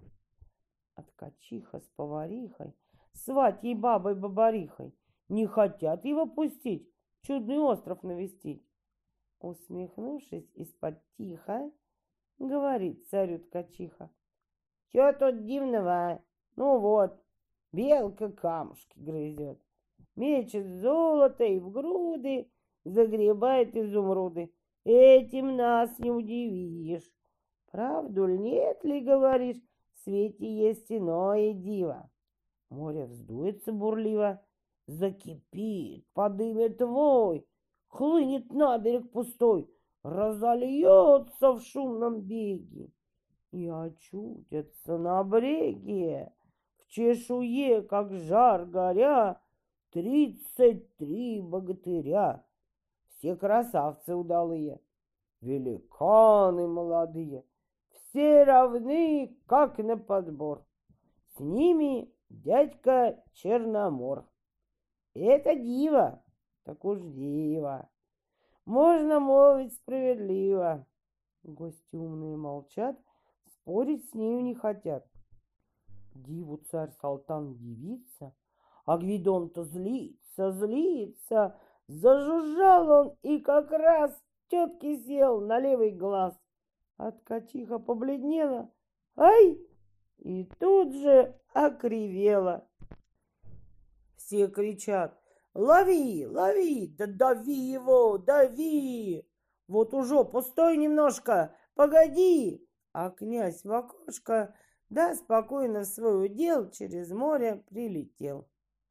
А ткачиха с поварихой, сватьей бабой бабарихой, не хотят его пустить, чудный остров навестить. Усмехнувшись из-под тиха, говорит царю ткачиха: чё тут дивного? Ну вот, белка камушки грызет, мечет золото и в груды загребает изумруды. Этим нас не удивишь. Правду ли нет ли, говоришь, в свете есть иное диво. Море вздуется бурливо, закипит, подымет вой, хлынет на берег пустой, разольется в шумном беге и очутятся на бреге, в чешуе, как жар горя, 33 богатыря. Все красавцы удалые, великаны молодые, все равны, как на подбор. С ними дядька Черномор. Это диво, так уж диво. Можно молвить справедливо. Гости умные молчат, спорить с нею не хотят. Диву царь-салтан дивится, а Гвидон-то злится. Зажужжал он и как раз тетке сел на левый глаз. Ткачиха побледнела, ай, и тут же окривела. Все кричат: лови, лови, да дави его, дави! Вот уже, постой немножко, погоди! А князь в окошко, да спокойно в свой удел через море прилетел.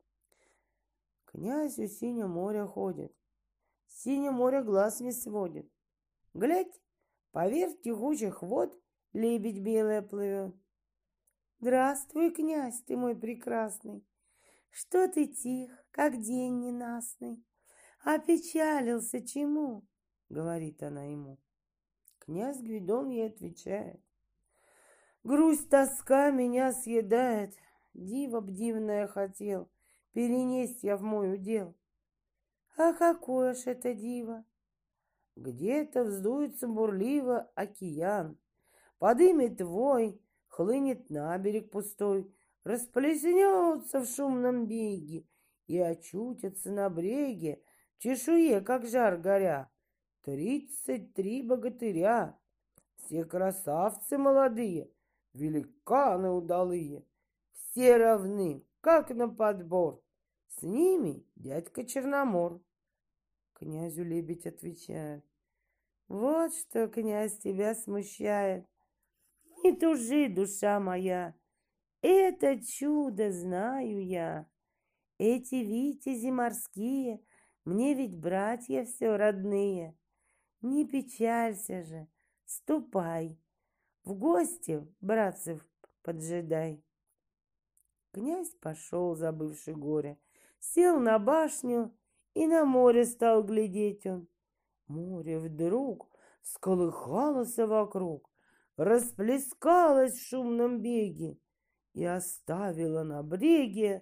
Князь у синего моря ходит, синее море глаз не сводит. Глядь, поверх тягучих вод лебедь белая плывет. Здравствуй, князь ты мой прекрасный, что ты тих, как день ненастный? Опечалился чему? Говорит она ему. Князь Гвидон ей отвечает: грусть, тоска меня съедает, диво б дивное хотел перенесть я в мой удел. А какое ж это диво? Где-то вздуется бурливо океан, подымет вой, хлынет на берег пустой, расплеснется в шумном беге и очутится на бреге, в чешуе, как жар горя, 33 богатыря. Все красавцы молодые, великаны удалые, все равны, как на подбор. С ними дядька Черномор. Князю лебедь отвечает: вот что, князь, тебя смущает. Не тужи, душа моя, это чудо знаю я. Эти витязи морские мне ведь братья все родные. Не печалься же, ступай, в гости братцев поджидай. Князь пошел, забывший горе, сел на башню и на море стал глядеть он. Море вдруг всколыхалось вокруг, расплескалось в шумном беге и оставило на бреге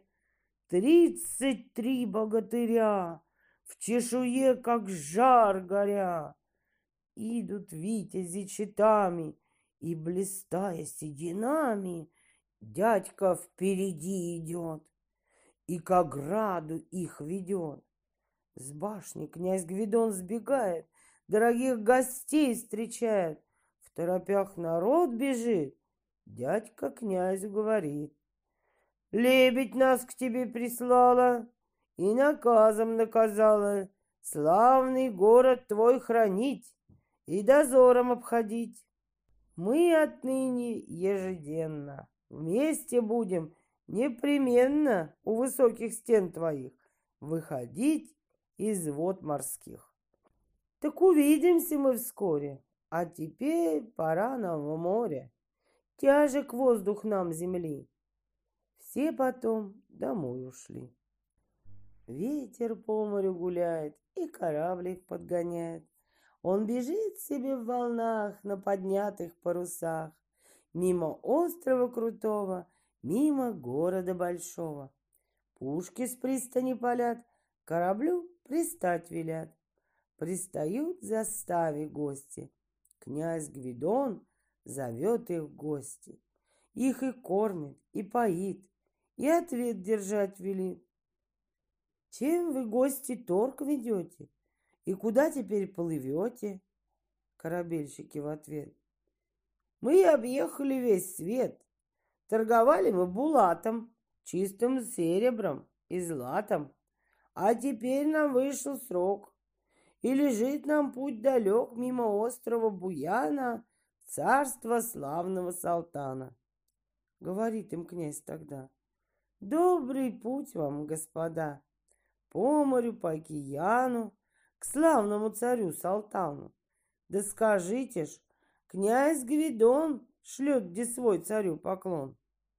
33 богатыря, в чешуе, как жар горя. Идут витязи четами, и, блистая сединами, дядька впереди идет и к ограду их ведет. С башни князь Гвидон сбегает, дорогих гостей встречает, в торопях народ бежит. Дядька князю говорит: лебедь нас к тебе прислала и наказом наказала славный город твой хранить и дозором обходить. Мы отныне ежеденно вместе будем непременно у высоких стен твоих выходить из вод морских. Так увидимся мы вскоре, а теперь пора нам в море, тяжек воздух нам земли. Все потом домой ушли. Ветер по морю гуляет и кораблик подгоняет. Он бежит себе в волнах на поднятых парусах, мимо острова крутого, мимо города большого. Пушки с пристани палят, кораблю пристать велят. Пристают к заставе гости. Князь Гвидон зовет их в гости. Их и кормит, и поит, и ответ держать велит. Чем вы, гости, торг ведете? И куда теперь плывете? Корабельщики в ответ: мы объехали весь свет, Торговали мы булатом, чистым серебром и златом. А теперь нам вышел срок, и лежит нам путь далек мимо острова Буяна, царства славного Салтана. Говорит им князь тогда: добрый путь вам, господа, по морю, по океану, к славному царю Салтану. Да скажите ж, князь Гвидон шлет где свой царю поклон.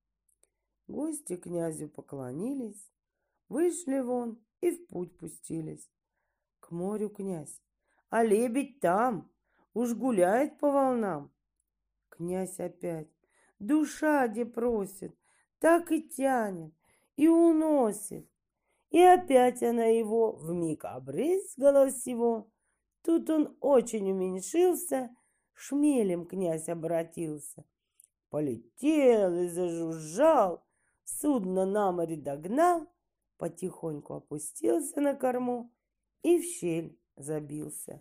Гости князю поклонились, вышли вон и в путь пустились. К морю князь, а лебедь там, уж гуляет по волнам. Князь опять: душа где просит, так и тянет, и уносит. И опять она его вмиг обрызгала всего. Тут он очень уменьшился, шмелем князь обратился. Полетел и зажужжал, судно на море догнал, потихоньку опустился на корму и в щель забился.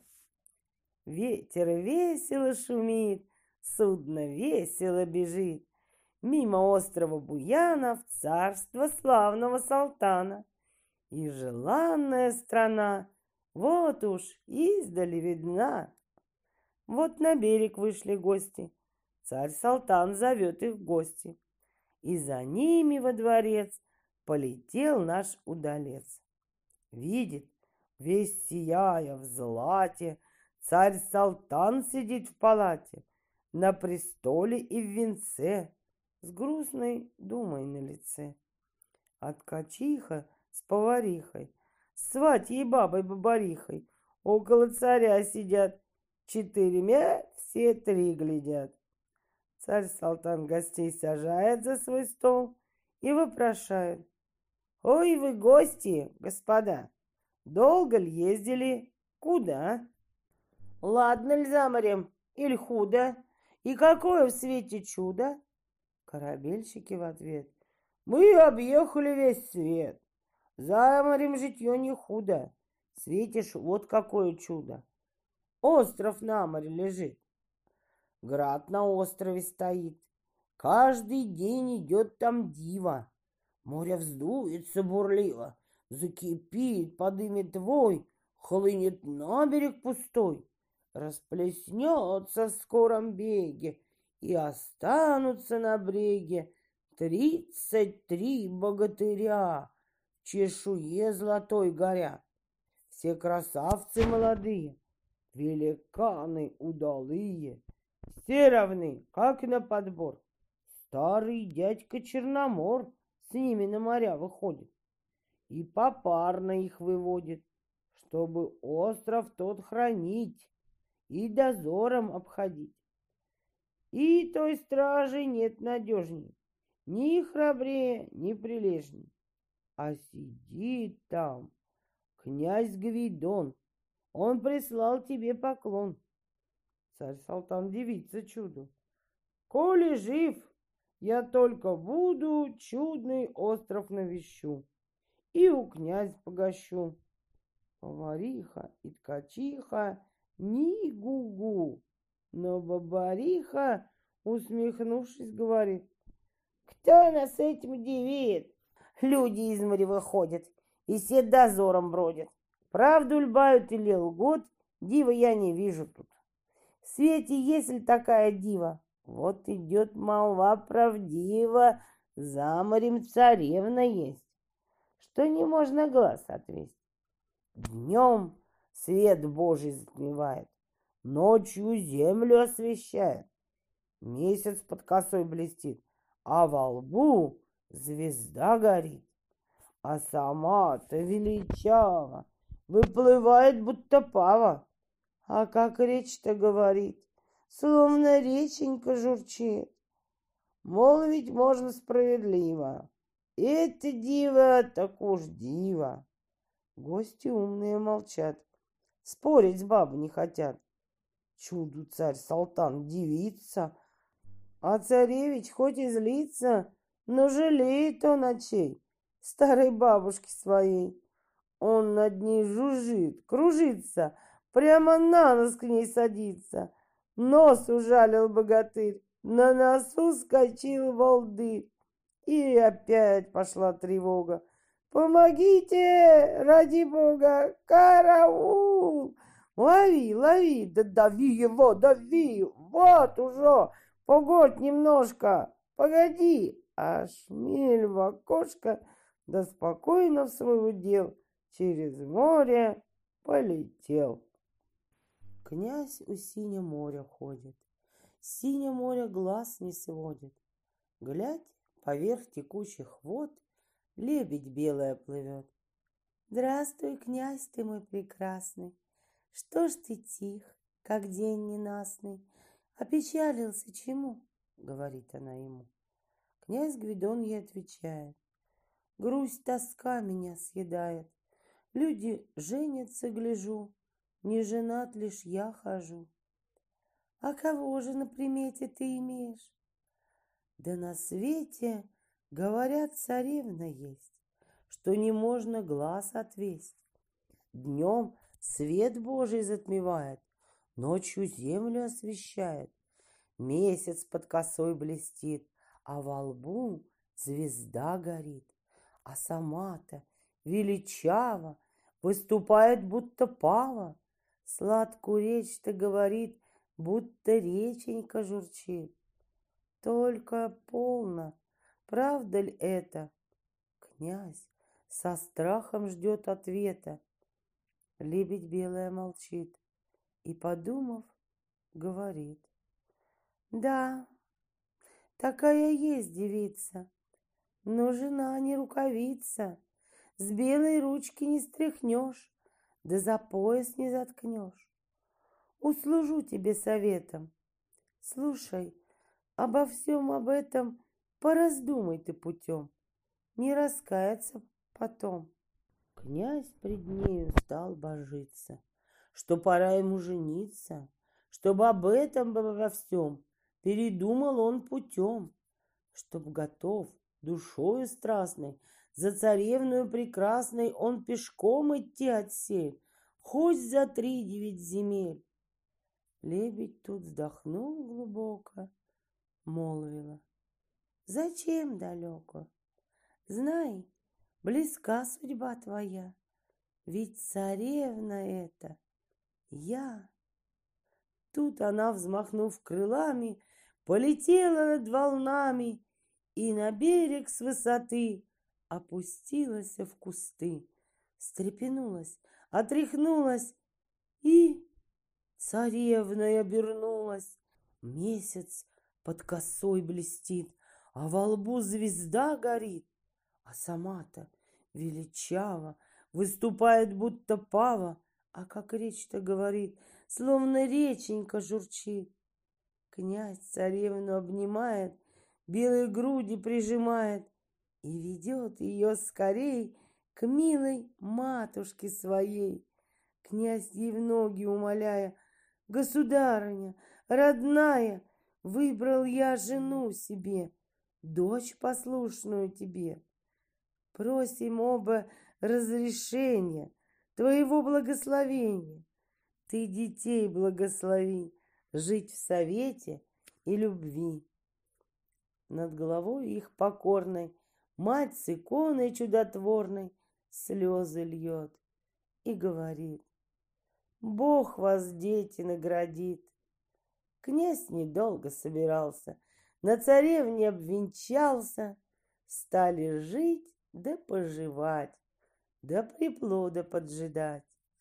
Ветер весело шумит, судно весело бежит мимо острова Буяна в царство славного Салтана. И желанная страна вот уж издали видна. Вот на берег вышли гости, царь Салтан зовет их в гости, и за ними во дворец полетел наш удалец. Видит, весь сияя в злате, царь Салтан сидит в палате, на престоле и в венце, с грустной думой на лице. А ткачиха с поварихой, с сватьей бабой-бабарихой около царя сидят, четырьмя все три глядят. Царь Салтан гостей сажает за свой стол и вопрошает: ой, вы гости, господа, долго ли ездили, куда? Ладно ли за морем или худо? И какое в свете чудо? Корабельщики в ответ: мы объехали весь свет. За морем житье не худо. Светишь, вот какое чудо. Остров на море лежит. Град на острове стоит. Каждый день идет там диво. Море вздуется бурливо, закипит, подымет вой, хлынет на берег пустой, расплеснется в скором беге, и останутся на бреге 33 богатыря, в чешуе золотой горя. Все красавцы молодые, великаны удалые, все равны, как на подбор. Старый дядька Черномор с ними на моря выходит и попарно их выводит, чтобы остров тот хранить и дозором обходить. И той стражи нет надежней, ни храбрее, ни прилежней. А сидит там князь Гвидон, он прислал тебе поклон. Царь Салтан дивится чуду. Коли жив, я только буду, чудный остров навещу и у князя погощу. Повариха и ткачиха ни гу-гу, но бабариха, усмехнувшись, говорит: кто нас этим удивит? Люди из моря выходят и все дозором бродят. Правду льбают или лгут, дива я не вижу тут. В свете, если такая дива, вот идет молва правдива, за морем царевна есть, что не можно глаз отвесть. Днем свет Божий затмевает, ночью землю освещает. Месяц под косой блестит, а во лбу звезда горит. А сама-то величава, выплывает, будто пава. А как речь-то говорит, словно реченька журчит. Молвить можно справедливо, это диво, так уж диво. Гости умные молчат, спорить с бабой не хотят. Чуду царь Салтан дивится, а царевич хоть и злится, но жалеет он очей старой бабушки своей. Он над ней жужжит, кружится, прямо на нос к ней садится. Нос ужалил богатырь, На носу скочил волдырь. И опять пошла тревога. «Помогите, ради бога! Караул! Лови, лови! Да дави его, дави! Вот уже! Погодь немножко! Погоди!» А шмель в окошко, да спокойно в свой удел через море полетел. Князь у синего моря ходит, синее море глаз не сводит. Глядь, поверх текучих вод лебедь белая плывет. «Здравствуй, князь ты мой прекрасный! Что ж ты тих, как день ненастный? Опечалился чему?» — говорит она ему. Князь Гвидон ей отвечает: «Грусть, тоска меня съедает. Люди женятся, гляжу, не женат лишь я хожу». «А кого же на примете ты имеешь?» «Да на свете, говорят, царевна есть, что не можно глаз отвесть. Днем свет Божий затмевает, ночью землю освещает. Месяц под косой блестит, а во лбу звезда горит. А сама-то величава, выступает, будто пава. Сладкую речь-то говорит, будто реченька журчит. Только полно, правда ли это?» Князь со страхом ждет ответа. Лебедь белая молчит и, подумав, говорит: «Да, такая есть девица, но жена не рукавица, с белой ручки не стряхнешь, да за пояс не заткнешь. Услужу тебе советом. Слушай, обо всем об этом пораздумай ты путем, не раскаяться потом». Князь пред нею стал божиться, что пора ему жениться, чтобы об этом во всем передумал он путем, чтоб готов душою страстной за царевную прекрасной он пешком идти отсель, хоть за 3-9 земель. Лебедь тут вздохнул глубоко, молвила: «Зачем далеко? Знай, близка судьба твоя, ведь царевна это я». Тут она, взмахнув крылами, полетела над волнами и на берег с высоты опустилась в кусты, встрепенулась, отряхнулась и царевной обернулась. Месяц под косой блестит, а во лбу звезда горит, а сама-то величава, выступает, будто пава, а как речь-то говорит, словно реченька журчит. Князь царевну обнимает, белые груди прижимает и ведет ее скорей к милой матушке своей. Князь ей в ноги умоляя: «Государыня, родная, выбрал я жену себе, дочь послушную тебе. Просим оба разрешения, твоего благословения. Ты детей благослови жить в совете и любви». Над головой их покорной мать с иконой чудотворной слезы льет и говорит: «Бог вас, дети, наградит». Князь недолго собирался, на царевне обвенчался, стали жить да поживать, да приплода поджидать.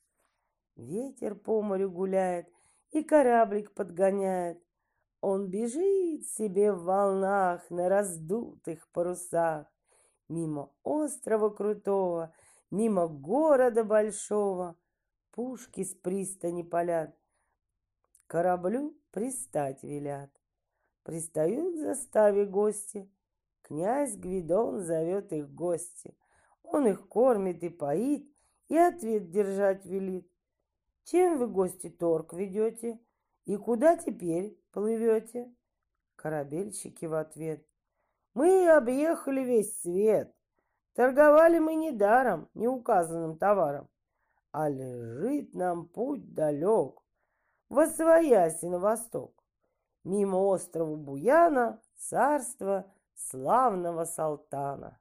Ветер по морю гуляет и кораблик подгоняет. Он бежит себе в волнах на раздутых парусах, мимо острова крутого, мимо города большого. Пушки с пристани палят, кораблю пристать велят. Пристают к заставе гости, князь Гвидон зовет их в гости. Он их кормит и поит, и ответ держать велит. «Чем вы, гости, торг ведете? И куда теперь плывете?» Корабельщики в ответ: «Мы объехали весь свет. Торговали мы недаром, неуказанным товаром, а лежит нам путь далек, восвояси на восток. мимо острова Буяна, царство славного Салтана.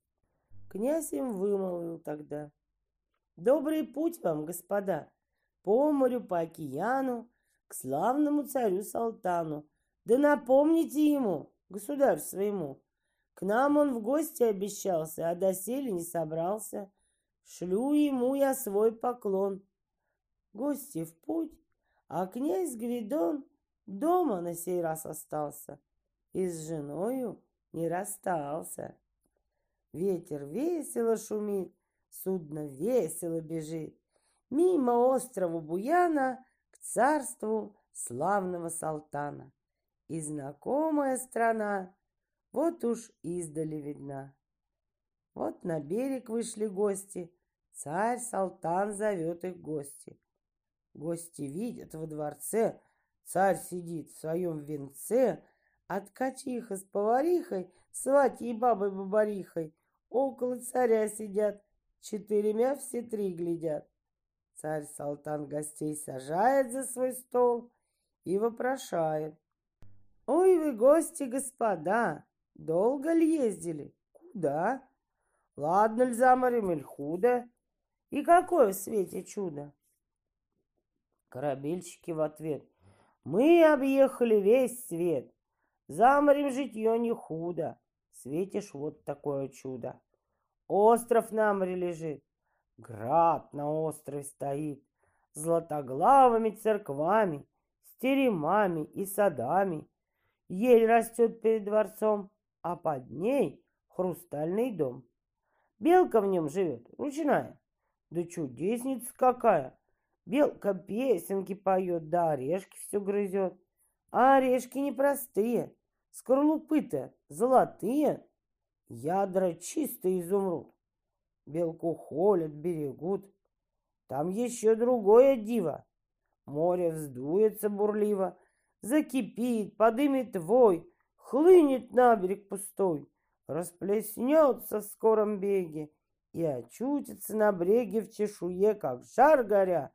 Князь им вымолвил тогда: добрый путь вам, господа, по морю, по океану, к славному царю Салтану. Да напомните ему, государь своему, к нам он в гости обещался, а доселе не собрался. Шлю ему я свой поклон. Гости в путь, а князь Гвидон дома на сей раз остался и с женою не расстался. Ветер весело шумит, судно весело бежит мимо острова Буяна к царству славного Салтана. И знакомая страна вот уж издали видна. Вот на берег вышли гости, царь Салтан зовет их в гости. Гости видят во дворце, царь сидит в своем венце, а ткачиха с поварихой, сватьей бабой-бабарихой около царя сидят, четырьмя все три глядят. Царь Салтан гостей сажает за свой стол и вопрошает: ой вы, гости, господа, долго ли ездили? Куда? Ладно ли за морем, иль худо? И какое в свете чудо? Корабельщики в ответ: мы объехали весь свет, за морем житье не худо, светишь вот такое чудо. Остров на море лежит, град на острове стоит, златоглавыми церквами, с теремами и садами. Ель растет перед дворцом, а под ней хрустальный дом. Белка в нем живет, ручная, да чудесница какая! Белка песенки поет, да орешки все грызет. А орешки непростые, скорлупы-то золотые, ядра чистые изумруд. Белку холят, берегут. Там еще другое диво. Море вздуется бурливо, закипит, подымет вой, хлынет на берег пустой, расплеснется в скором беге и очутится на бреге в чешуе, как жар горя,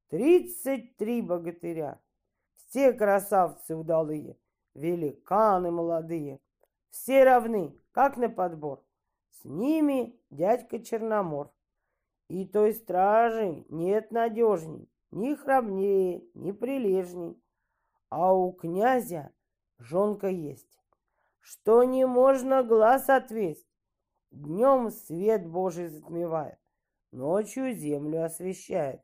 33 богатыря. Все красавцы удалые, великаны молодые, все равны, как на подбор. С ними дядька Черномор. И той стражи нет надежней, ни храбнее, ни прилежней. А у князя жонка есть, что не можно глаз отвесть. Днем свет Божий затмевает, ночью землю освещает.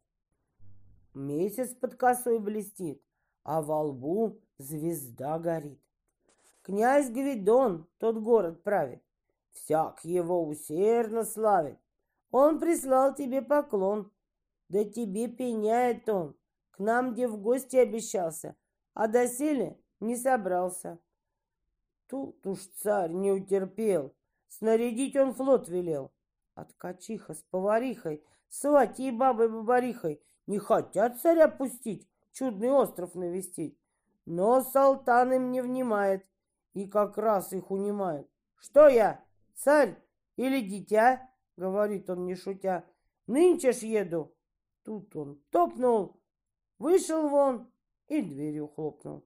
Месяц под косой блестит, а во лбу звезда горит. Князь Гвидон тот город правит, всяк его усердно славит. Он прислал тебе поклон, да тебе пеняет он, к нам где в гости обещался, а доселе не собрался. Тут уж царь не утерпел, снарядить он флот велел. А ткачиха с поварихой, сватьей бабой-бабарихой не хотят царя пустить, чудный остров навестить. Но Салтан им не внимает и как раз их унимает. Что я, царь или дитя? Говорит он не шутя. Нынче ж еду. Тут он топнул, вышел вон и дверью хлопнул.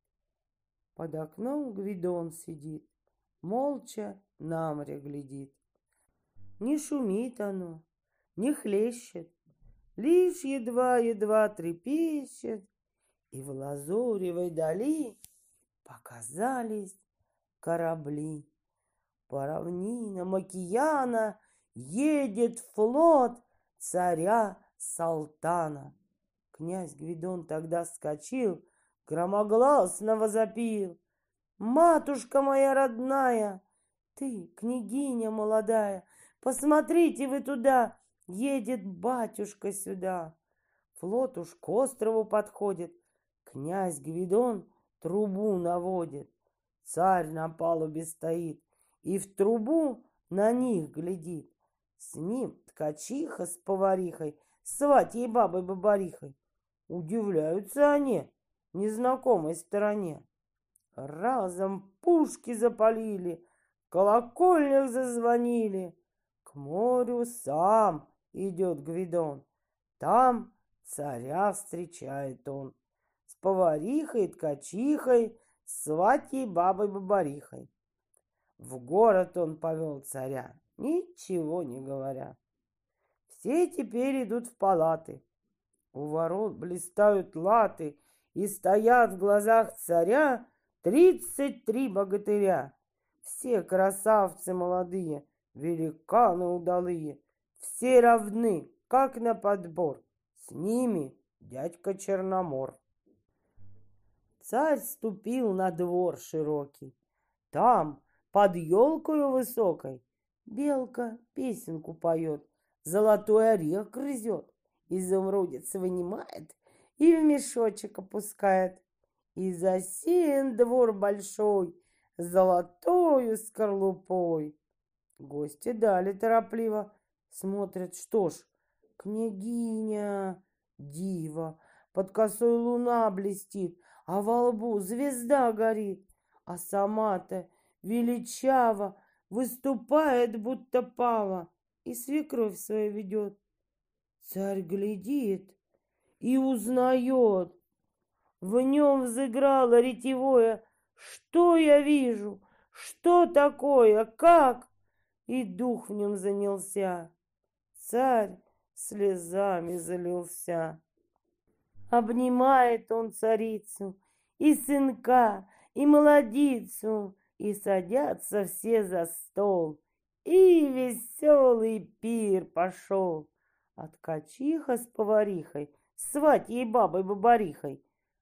Под окном Гвидон сидит, молча на море глядит. Не шумит оно, не хлещет, лишь едва-едва трепещет, и в лазуревой дали показались корабли. По равнинам океана едет флот царя Салтана. Князь Гвидон тогда вскочил, громогласно возопил: матушка моя родная, ты, княгиня молодая, посмотрите вы туда, едет батюшка сюда. Флот уж к острову подходит, князь Гвидон трубу наводит. Царь на палубе стоит и в трубу на них глядит. С ним ткачиха с поварихой, сватьей бабой-бабарихой. Удивляются они незнакомой стороне. Разом пушки запалили, в колокольнях зазвонили. К морю сам идет Гвидон, там царя встречает он. С поварихой, ткачихой, сватьей бабой-бабарихой. В город он повел царя, ничего не говоря. Все теперь идут в палаты. У ворот блистают латы, и стоят в глазах царя 33 богатыря. Все красавцы молодые, великаны удалые, все равны, как на подбор. С ними дядька Черномор. Царь ступил на двор широкий. Там, под елкою высокой, белка песенку поет, золотой орех грызет, изумрудец вынимает и в мешочек опускает. И засеян двор большой золотою скорлупой. Гости дали торопливо, смотрят, что ж, княгиня дива, под косой луна блестит, а во лбу звезда горит, а сама-то величаво выступает, будто пава, и свекровь свою ведет. Царь глядит и узнает. В нем взыграло ретевое: что я вижу, что такое, как? И дух в нем занялся. Царь слезами залился. Обнимает он царицу, и сынка, и молодицу, и садятся все за стол, и веселый пир пошел. А ткачиха с поварихой, сватьей бабой-бабарихой,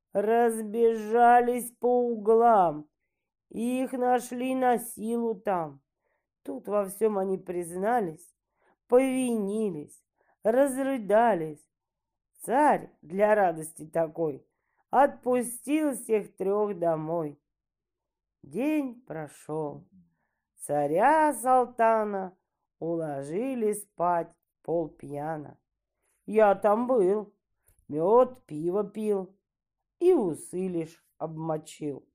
разбежались по углам, их нашли на силу там. Тут во всем они признались, повинились, разрыдались. Царь для радости такой отпустил всех трех домой. День прошел. Царя Салтана уложили спать полпьяна. Я там был, мед, пиво пил и усы лишь обмочил.